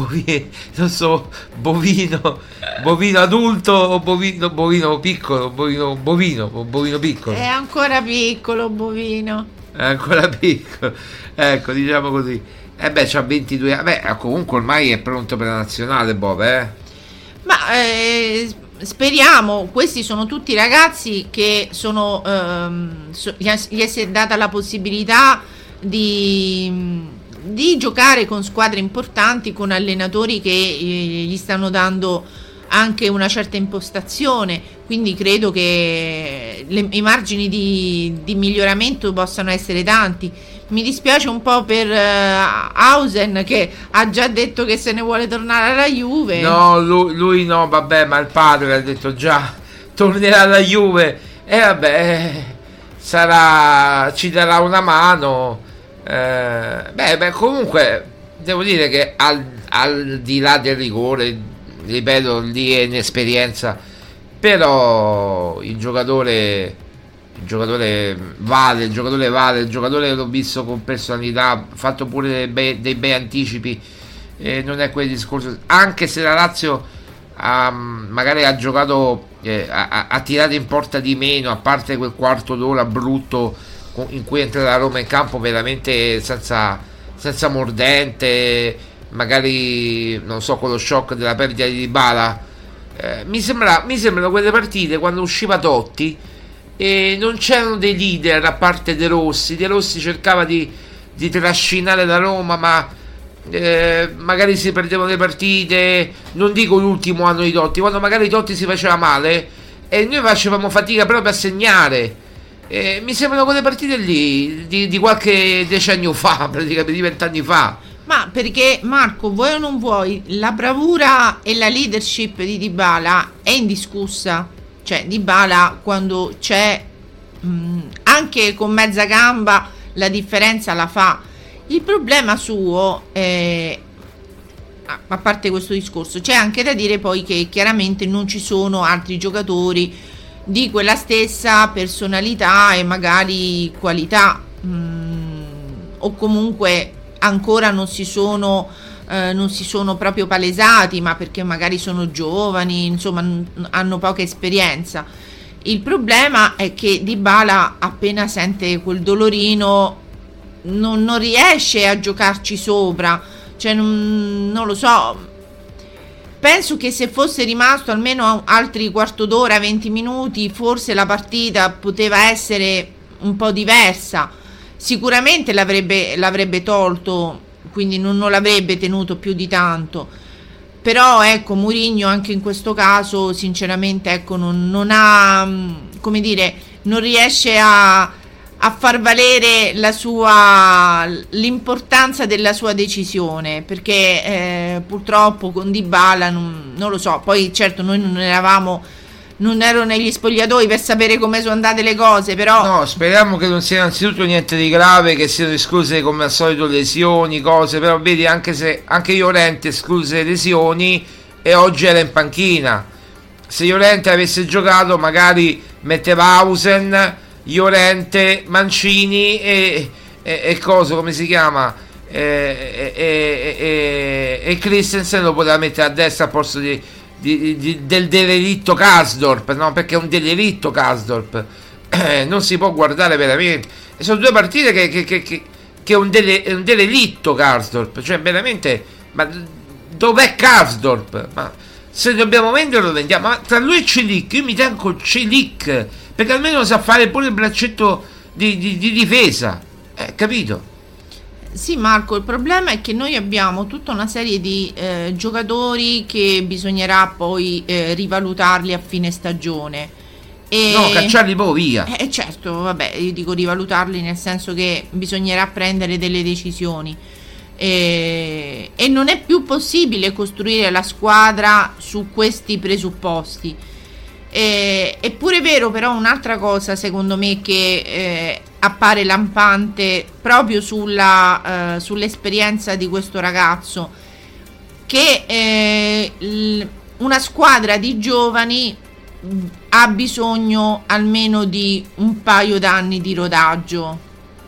bovino adulto o bovino piccolo, bovino piccolo. È ancora piccolo Bovino. È ancora piccolo, ecco, diciamo così. C'ha 22 anni, comunque ormai è pronto per la nazionale Bove, Ma speriamo, questi sono tutti ragazzi che gli è data la possibilità di giocare con squadre importanti, con allenatori che gli stanno dando anche una certa impostazione, quindi credo che i margini di miglioramento possano essere tanti. Mi dispiace un po' per Hausen, che ha già detto che se ne vuole tornare alla Juve. No, lui no, vabbè, ma il padre ha detto già tornerà alla Juve e vabbè, ci darà una mano. Beh, comunque devo dire che al di là del rigore, ripeto, lì è inesperienza, però il giocatore vale, il giocatore l'ho visto con personalità, ha fatto pure dei bei anticipi, non è quel discorso, anche se la Lazio magari ha giocato, ha tirato in porta di meno, a parte quel quarto d'ora brutto in cui entra la Roma in campo veramente senza mordente, magari non so, con lo shock della perdita di Dybala. Mi sembrano quelle partite quando usciva Totti e non c'erano dei leader a parte De Rossi cercava di trascinare la Roma, ma magari si perdevano le partite, non dico l'ultimo anno di Totti, quando magari Totti si faceva male e noi facevamo fatica proprio a segnare. Mi sembrano quelle partite lì di qualche decennio fa, praticamente di 20 anni fa. Ma perché, Marco, vuoi o non vuoi, la bravura e la leadership di Dybala è indiscussa. Cioè Dybala, quando c'è anche con mezza gamba, la differenza la fa. Il problema suo è, a parte questo discorso, c'è anche da dire poi che chiaramente non ci sono altri giocatori di quella stessa personalità e magari qualità, o comunque ancora non si sono proprio palesati, ma perché magari sono giovani, insomma hanno poca esperienza. Il problema è che Dybala, appena sente quel dolorino, non riesce a giocarci sopra, cioè non lo so. Penso che se fosse rimasto almeno altri quarto d'ora, 20 minuti, forse la partita poteva essere un po' diversa. Sicuramente l'avrebbe tolto, quindi non l'avrebbe tenuto più di tanto. Però ecco, Mourinho anche in questo caso sinceramente ecco non ha, come dire, non riesce a far valere l'importanza della sua decisione, perché purtroppo con Dybala non lo so. Poi certo noi non ero negli spogliatoi per sapere come sono andate le cose, però no, speriamo che non sia innanzitutto niente di grave, che siano escluse come al solito lesioni, cose, però vedi, anche Llorente escluse lesioni e oggi era in panchina. Se Llorente avesse giocato magari metteva Hausen, Llorente, Mancini e coso, come si chiama, e Christensen lo poteva mettere a destra al posto del delitto Karsdorp, no? Perché è un delitto Karsdorp, non si può guardare veramente. E sono due partite che è un delitto Karsdorp, cioè veramente, ma dov'è Karsdorp? Ma se dobbiamo venderlo vendiamo, ma tra lui e Celic io mi tengo Celic, perché almeno sa fare pure il braccetto di difesa, capito? Sì, Marco, il problema è che noi abbiamo tutta una serie di giocatori che bisognerà poi rivalutarli a fine stagione. No, cacciarli poi via. Certo, vabbè, io dico rivalutarli nel senso che bisognerà prendere delle decisioni. E non è più possibile costruire la squadra su questi presupposti. È pure vero però un'altra cosa secondo me che appare lampante proprio sull'esperienza di questo ragazzo, che una squadra di giovani ha bisogno almeno di un paio d'anni di rodaggio.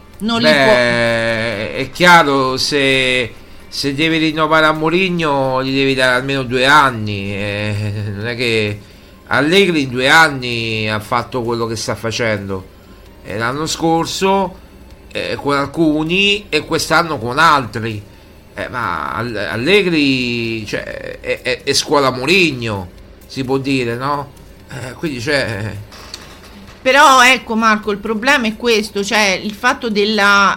È chiaro, se devi rinnovare a Mourinho gli devi dare almeno 2 anni, non è che Allegri in 2 anni ha fatto quello che sta facendo, l'anno scorso con alcuni e quest'anno con altri, ma Allegri, cioè, è scuola Mourinho, si può dire, no? Quindi cioè... Però ecco Marco, il problema è questo, cioè il fatto della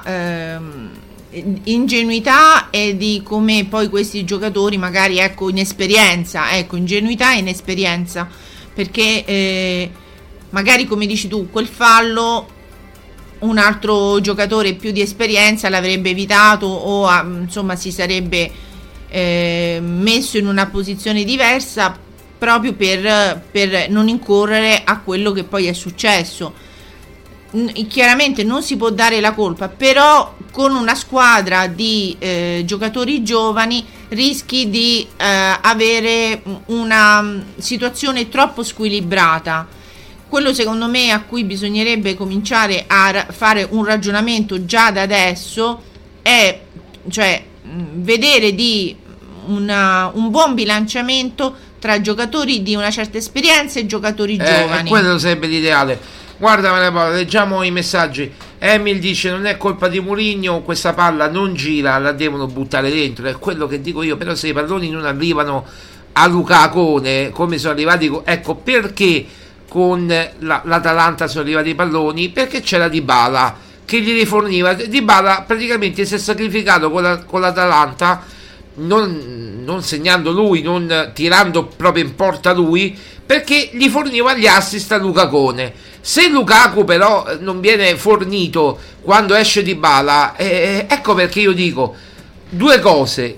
ingenuità e di come poi questi giocatori magari, ecco, ingenuità e inesperienza, perché magari, come dici tu, quel fallo un altro giocatore più di esperienza l'avrebbe evitato o insomma si sarebbe messo in una posizione diversa, proprio per non incorrere a quello che poi è successo. Chiaramente non si può dare la colpa, però con una squadra di giocatori giovani rischi di avere una situazione troppo squilibrata. Quello secondo me a cui bisognerebbe cominciare a fare un ragionamento già da adesso è, cioè, vedere di un buon bilanciamento tra giocatori di una certa esperienza e giocatori giovani. Quello sarebbe l'ideale. Guarda, leggiamo i messaggi. Emil dice: non è colpa di Mourinho, questa palla non gira, la devono buttare dentro. È quello che dico io. Però se i palloni non arrivano a Lukaku, come sono arrivati, ecco perché con l'Atalanta sono arrivati i palloni, perché c'era Dybala che gli riforniva. Dybala praticamente si è sacrificato con l'Atalanta, non segnando lui, non tirando proprio in porta lui, perché gli forniva gli assist a Lukaku. Se Lukaku però non viene fornito quando esce Dybala, ecco perché io dico due cose.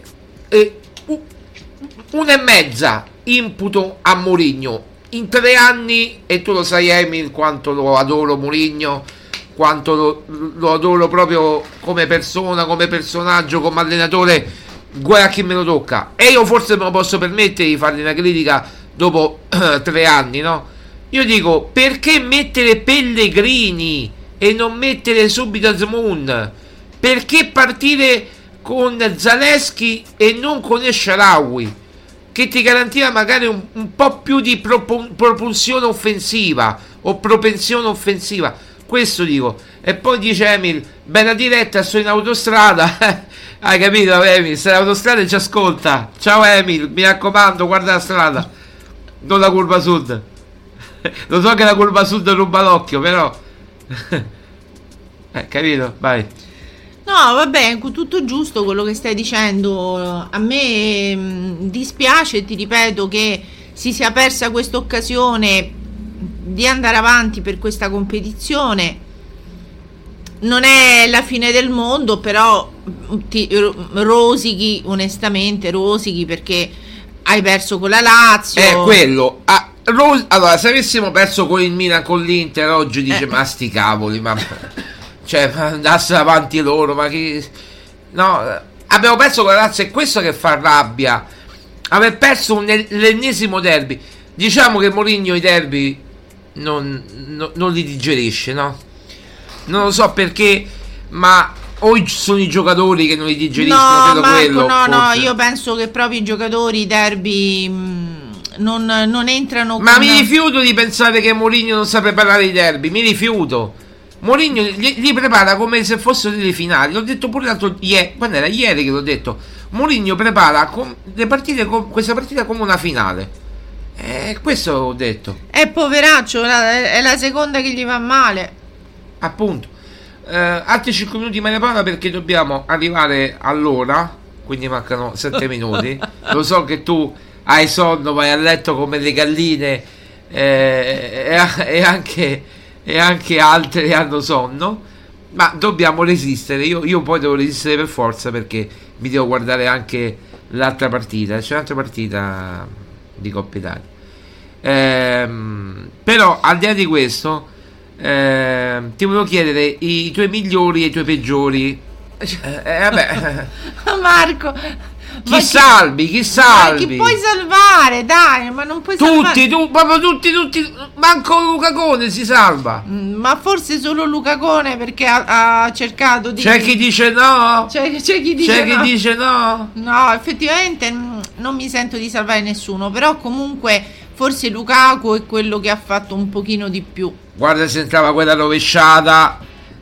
1,5 imputo a Mourinho in 3 anni, e tu lo sai, Emil, quanto lo adoro Mourinho, quanto lo adoro proprio come persona, come personaggio, come allenatore. Guarda a chi me lo tocca, e io forse me lo posso permettere di fargli una critica dopo 3 anni, no? Io dico, perché mettere Pellegrini e non mettere subito Azmoun? Perché partire con Zalewski e non con El Shaarawy, che ti garantiva magari un po' più di propulsione offensiva o propensione offensiva? Questo dico. E poi dice Emil: bella diretta, sono in autostrada. Hai capito, Emil? Se l'autostrada ci ascolta. Ciao Emil, mi raccomando, guarda la strada, non la curva sud. Lo so che la curva sud ruba l'occhio, però capito? Vai. No, vabbè, tutto giusto quello che stai dicendo. A me dispiace, ti ripeto, che si sia persa questa occasione di andare avanti per questa competizione. Non è la fine del mondo, però rosichi, onestamente rosichi, perché hai perso con la Lazio. Quello. Allora, se avessimo perso con il Milan, con l'Inter, oggi dice ma sti cavoli, ma cioè andassero avanti loro, ma chi... No, abbiamo perso con la Lazio, è questo che fa rabbia, aver perso l'ennesimo derby. Diciamo che Mourinho i derby non li digerisce, no? Non lo so perché, ma o sono i giocatori che non li digeriscono. No, Marco, no, io penso che proprio i giocatori i derby non entrano. Ma mi rifiuto di pensare che Mourinho non sa preparare i derby, mi rifiuto. Mourinho li prepara come se fossero delle finali. L'ho detto pure l'altro ieri, quando era ieri che l'ho detto. Mourinho prepara le partite, questa partita come una finale. Questo ho detto. Poveraccio, è la seconda che gli va male. Appunto. Altri 5 minuti Maria Paola, perché dobbiamo arrivare all'ora, quindi mancano 7 minuti. Lo so che tu hai sonno, vai a letto come le galline, e anche altre hanno sonno, ma dobbiamo resistere. Io poi devo resistere per forza, perché mi devo guardare anche l'altra partita. C'è un'altra partita di Coppa Italia, però al di là di questo ti volevo chiedere i tuoi migliori e i tuoi peggiori. Vabbè. Marco, chi salvi? Ma chi puoi salvare? Dai, ma non puoi tutti, proprio tutti, manco Lukaku si salva. Ma forse solo Lukaku, perché ha cercato di... C'è chi dice no? C'è chi dice no? No, effettivamente non mi sento di salvare nessuno, però comunque forse Lukaku è quello che ha fatto un pochino di più. Guarda, se entrava quella rovesciata,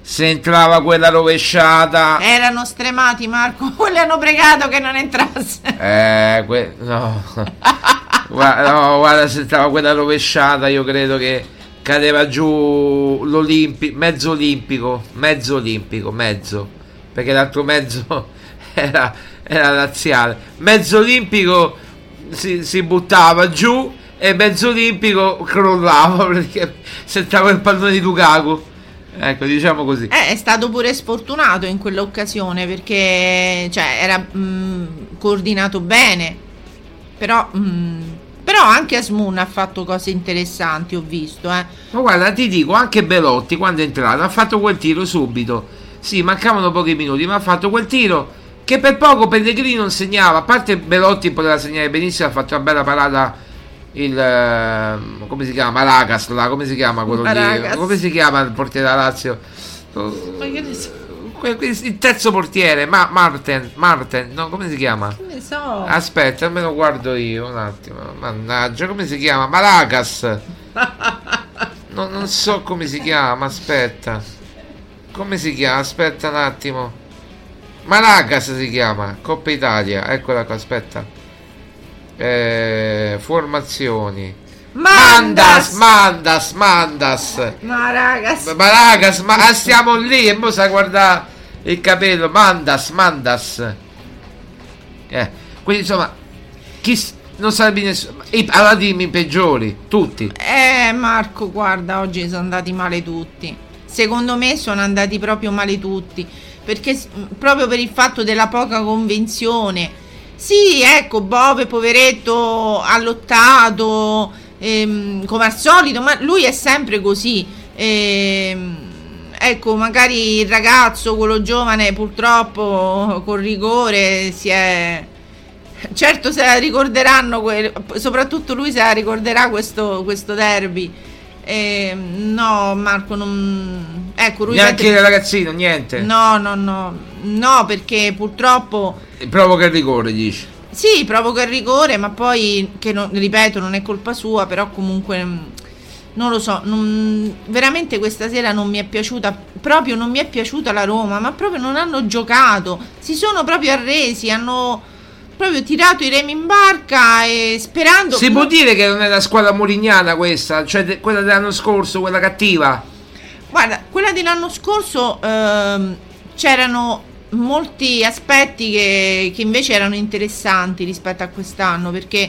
erano stremati, Marco. Quelli hanno pregato che non entrasse. No. Guarda, se entrava quella rovesciata, io credo che cadeva giù mezzo olimpico, perché l'altro mezzo era laziale. Mezzo olimpico si buttava giù e mezzo olimpico crollava perché sentava il pallone di Lukaku. Ecco, diciamo così. È stato pure sfortunato in quell'occasione perché era coordinato bene, però anche Asmun ha fatto cose interessanti, ho visto. Ma guarda, ti dico, anche Belotti quando è entrato ha fatto quel tiro subito. Sì, mancavano pochi minuti, ma ha fatto quel tiro che per poco Pellegrini non segnava. A parte Belotti poteva segnare benissimo, ha fatto una bella parata come si chiama? Malagas, là, come si chiama quello lì? Come si chiama il portiere della Lazio? Il terzo portiere, Marten, no, come si chiama? Che ne so. Aspetta, almeno guardo io un attimo. Mannaggia, come si chiama? Malagas. No, non so come si chiama, aspetta. Come si chiama? Aspetta un attimo. Malagas si chiama, Coppa Italia, eccola qua, aspetta. Formazioni. Mandas. Malagas, ma stiamo lì e mo sa guarda il capello. Mandas. Quindi insomma, non sarebbe nessuno. Allora dimmi i peggiori, tutti. Marco, guarda, oggi sono andati male tutti. Secondo me sono andati proprio male tutti, perché proprio per il fatto della poca convinzione. Sì, ecco, Bove, poveretto, ha lottato come al solito, ma lui è sempre così. Ecco, magari il ragazzo, quello giovane, purtroppo col rigore certo se la ricorderanno, soprattutto lui se la ricorderà questo derby. No, Marco, non... Ecco, lui neanche il ragazzino, niente. No, perché purtroppo provoca il rigore, dici? Sì, provoca il rigore, ma poi, ripeto, non è colpa sua, però comunque non lo so, veramente questa sera non mi è piaciuta, proprio non mi è piaciuta la Roma, ma proprio non hanno giocato, si sono proprio arresi, hanno proprio tirato i remi in barca e sperando... Si può dire che non è la squadra morignana questa, cioè quella dell'anno scorso, quella cattiva? Guarda, quella dell'anno scorso c'erano molti aspetti che invece erano interessanti rispetto a quest'anno, perché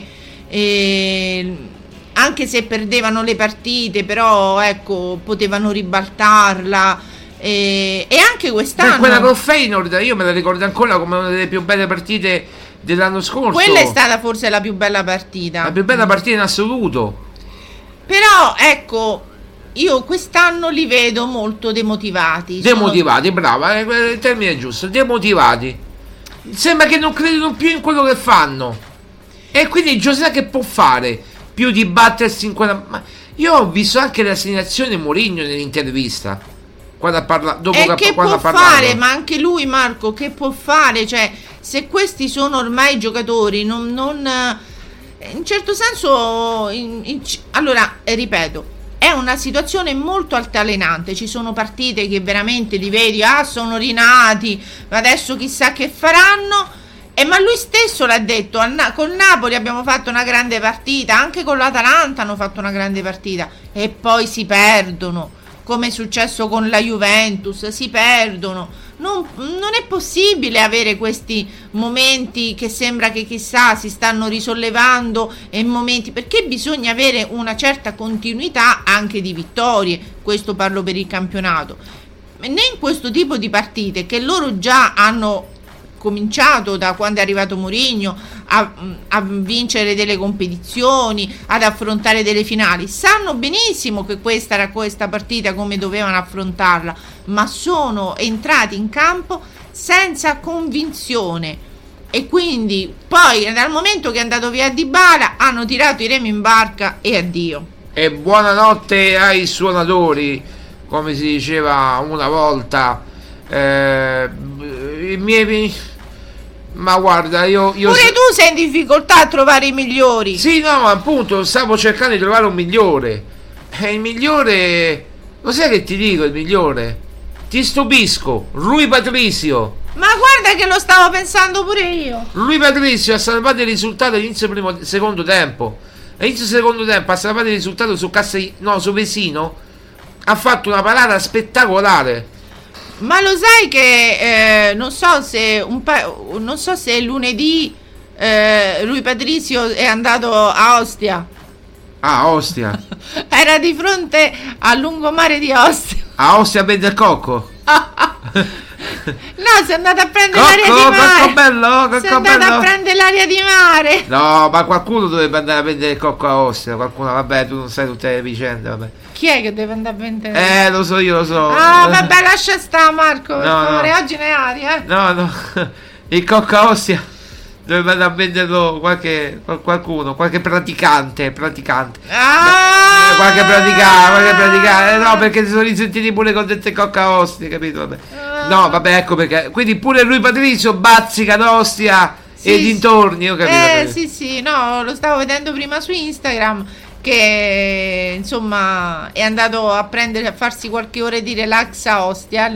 anche se perdevano le partite, però ecco, potevano ribaltarla, e anche quest'anno quella con Feyenoord io me la ricordo ancora come una delle più belle partite dell'anno scorso. Quella è stata forse la più bella partita, la più bella partita in assoluto. Però ecco, io quest'anno li vedo molto demotivati. Brava, il termine è giusto, demotivati. Sembra che non credono più in quello che fanno. E quindi Giuseppe che può fare? Più di battersi in quella... Ma io ho visto anche la segnalazione Mourinho nell'intervista, quando ha parlato, che può fare, ma anche lui, Marco, che può fare? Cioè, se questi sono ormai giocatori, non in certo senso, allora, ripeto, è una situazione molto altalenante. Ci sono partite che veramente li vedi, sono rinati, adesso chissà che faranno. Ma lui stesso l'ha detto, col Napoli abbiamo fatto una grande partita, anche con l'Atalanta hanno fatto una grande partita, e poi si perdono, come è successo con la Juventus, si perdono. Non è possibile avere questi momenti che sembra che chissà si stanno risollevando, e momenti, perché bisogna avere una certa continuità anche di vittorie. Questo parlo per il campionato, né in questo tipo di partite che loro già hanno cominciato da quando è arrivato Mourinho a vincere delle competizioni, ad affrontare delle finali. Sanno benissimo che questa era questa partita come dovevano affrontarla, ma sono entrati in campo senza convinzione, e quindi poi dal momento che è andato via Dybala hanno tirato i remi in barca e addio. E buonanotte ai suonatori, come si diceva una volta. Ma guarda, io pure tu sei in difficoltà a trovare i migliori. Sì, no, appunto, stavo cercando di trovare un migliore. E il migliore, lo sai che ti dico, il migliore? Ti stupisco, Rui Patricio. Ma guarda che lo stavo pensando pure io. Rui Patricio ha salvato il risultato all'inizio secondo tempo. All'inizio secondo tempo ha salvato il risultato su su Vesino. Ha fatto una parata spettacolare. Ma lo sai che non so se lunedì Rui Patricio è andato a Ostia. Ah, Ostia. Era di fronte al lungomare di Ostia. A Ostia vende il cocco. No, sei andata a prendere l'aria di mare. Cocco bello, sei andata a prendere l'aria di mare. No, ma qualcuno dovrebbe andare a vendere il cocco a Ostia. Qualcuno, vabbè, tu non sai tutte le vicende, vabbè. Chi è che deve andare a vendere? Lo so, io lo so. Ah, vabbè, lascia stare, Marco, per favore, no. oggi ne hai, No, il cocco a Ostia dovrebbe andare a venderlo qualcuno, qualche praticante. Qualche praticante. No, perché si sono risentiti pure con dette cocca a Ostia, capito? Vabbè. No, vabbè, ecco perché. Quindi pure lui Patrizio bazzica d'Ostia e dintorni, ho capito. Sì, no, lo stavo vedendo prima su Instagram che insomma è andato a farsi qualche ore di relax a Ostia,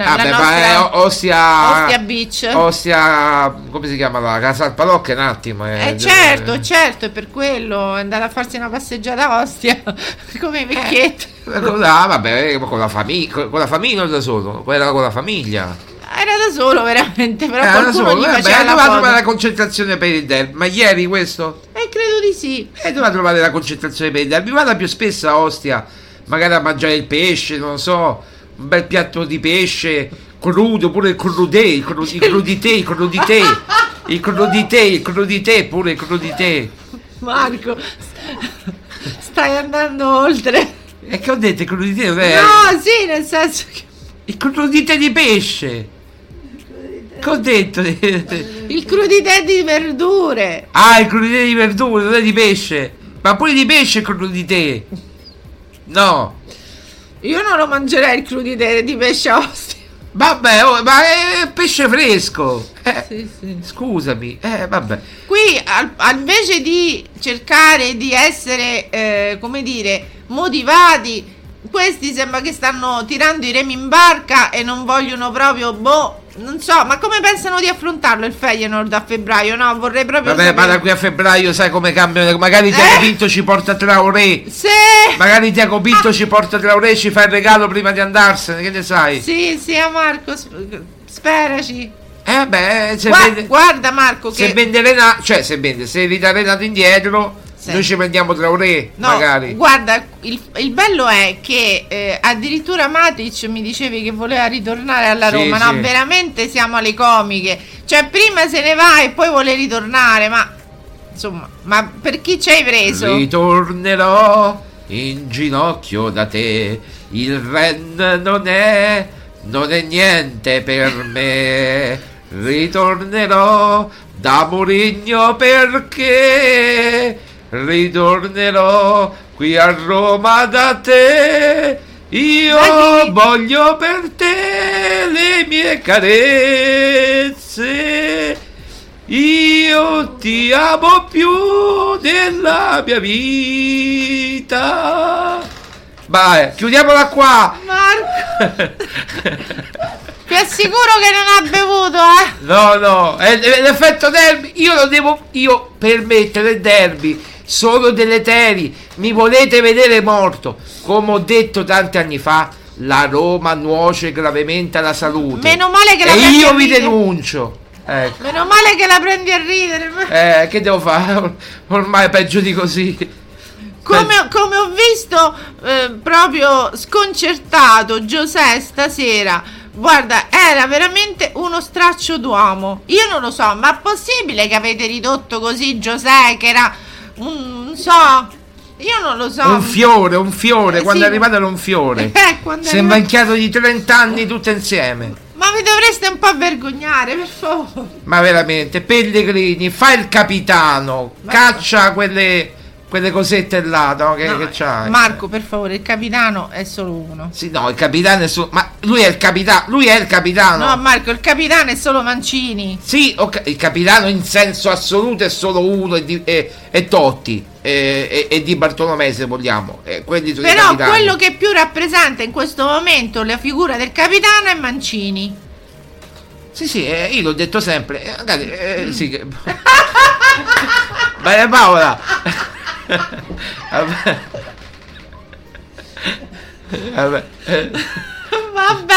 Ostia Beach. Ostia, come si chiama la casa al Palocca? Un attimo. Certo, è per quello è andato a farsi una passeggiata a Ostia come vecchietto. Vabbè, con la famiglia o da solo? Quella con la famiglia. Era da solo veramente, però qualcuno gli faceva la doveva foto. trovare la concentrazione per il derby. Ma ieri questo? Credo di sì. Doveva trovare la concentrazione per il derby. Vada più spesso a Ostia, magari a mangiare il pesce, non so, un bel piatto di pesce crudo, pure il crudité, il crudité, pure il crudité. Marco, stai andando oltre. E che ho detto, il crudité? No, sì, nel senso che il crudité di pesce. Che ho detto? Il crudité di verdure. Ah, il crudité di verdure, non è di pesce. Ma pure di pesce il crudité. No. Io non lo mangerei il crudité di pesce a Ostia. Vabbè, ma è pesce fresco. Sì. Scusami. Vabbè. Qui invece di cercare di essere, come dire, motivati, questi sembra che stanno tirando i remi in barca e non vogliono proprio, non so, ma come pensano di affrontarlo il Feyenoord a febbraio? No, vorrei proprio sapere. Ma da qui a febbraio sai come cambiano, magari Tiago Pinto ci porta Traoré. Sì. Magari Tiago Pinto ci porta Traoré, ci fa il regalo prima di andarsene, che ne sai? Sì, a Marco, speraci. Guarda Marco, se vende Renato, se ridà Renato indietro, noi ci prendiamo Traoré, magari. Guarda, il bello è che addirittura Matic mi dicevi che voleva ritornare alla Roma. No, veramente siamo alle comiche. Cioè, prima se ne va e poi vuole ritornare, ma insomma, ma per chi ci hai preso? Ritornerò in ginocchio da te. Il Ren non è niente per me. Ritornerò da Mourinho perché ritornerò qui a Roma da te. Io voglio per te le mie carezze. Io ti amo più della mia vita. Vai, chiudiamola qua. Marco, ti assicuro che non ha bevuto, No, è l'effetto derby. Io per mettere il derby sono deleteri. Mi volete vedere morto? Come ho detto tanti anni fa, la Roma nuoce gravemente alla salute. Meno male che la prendi a ridere. E io vi denuncio. Ecco. Meno male che la prendi a ridere. Che devo fare? Ormai è peggio di così. Come ho visto proprio sconcertato Giuseppe stasera. Guarda, era veramente uno straccio d'uomo. Io non lo so, ma è possibile che avete ridotto così Giuseppe, che era non so, io non lo so. Un fiore, quando è arrivato era un fiore. Si è invecchiato di 30 anni tutte insieme. Ma vi dovreste un po' vergognare, per favore. Ma veramente, Pellegrini, fai il capitano, caccia quelle cosette là, no, che c'hai. Marco, per favore, il capitano è solo uno. Sì, no, il capitano è solo. Ma lui è il capitano. No, Marco, il capitano è solo Mancini. Sì, il capitano in senso assoluto è solo uno, e Totti e Di Bartolomei, se vogliamo. Quelli sono. Però quello che più rappresenta in questo momento la figura del capitano è Mancini. Sì, io l'ho detto sempre. Sì. Vai Paola. Vabbè.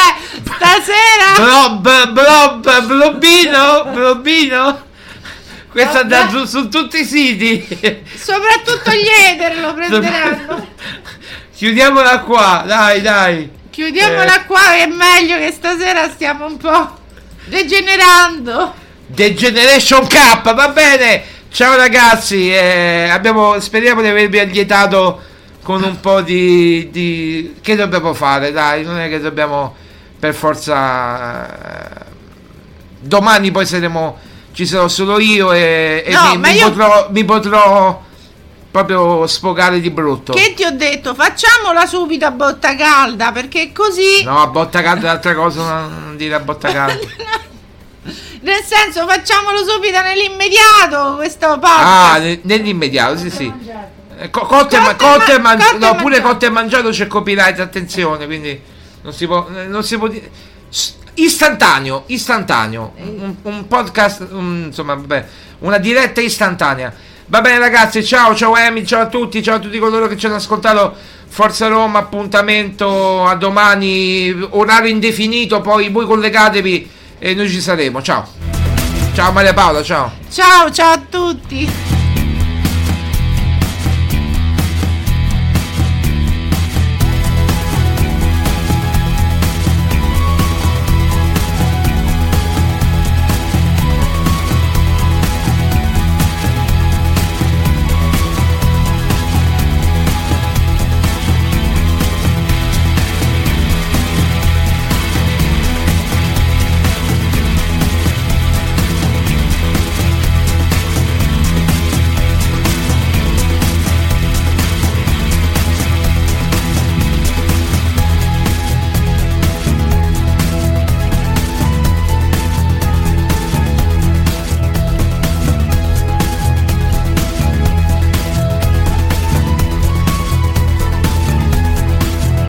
Stasera Blobino. Questo andrà su tutti i siti. Soprattutto gli Eder lo prenderanno. Chiudiamola qua, dai. Chiudiamola qua, è meglio che stasera stiamo un po' degenerando. Degeneration Cup, va bene. Ciao ragazzi, speriamo di avervi allietato con un po' di che dobbiamo fare, dai, non è che dobbiamo per forza domani poi ci sarò solo io e no, mi potrò proprio sfogare di brutto. Che ti ho detto? Facciamola subito a botta calda, perché così no, a botta calda è un'altra cosa, non dire a botta calda. Nel senso, facciamolo subito nell'immediato questo podcast. Nell'immediato, sì. Cotto e mangiato c'è copyright, attenzione, quindi non si può dire. Istantaneo. Un podcast, insomma, vabbè, una diretta istantanea. Va bene ragazzi, ciao Emi, ciao a tutti coloro che ci hanno ascoltato. Forza Roma, appuntamento a domani, orario indefinito, poi voi collegatevi e noi ci saremo. Ciao Maria Paola, ciao a tutti.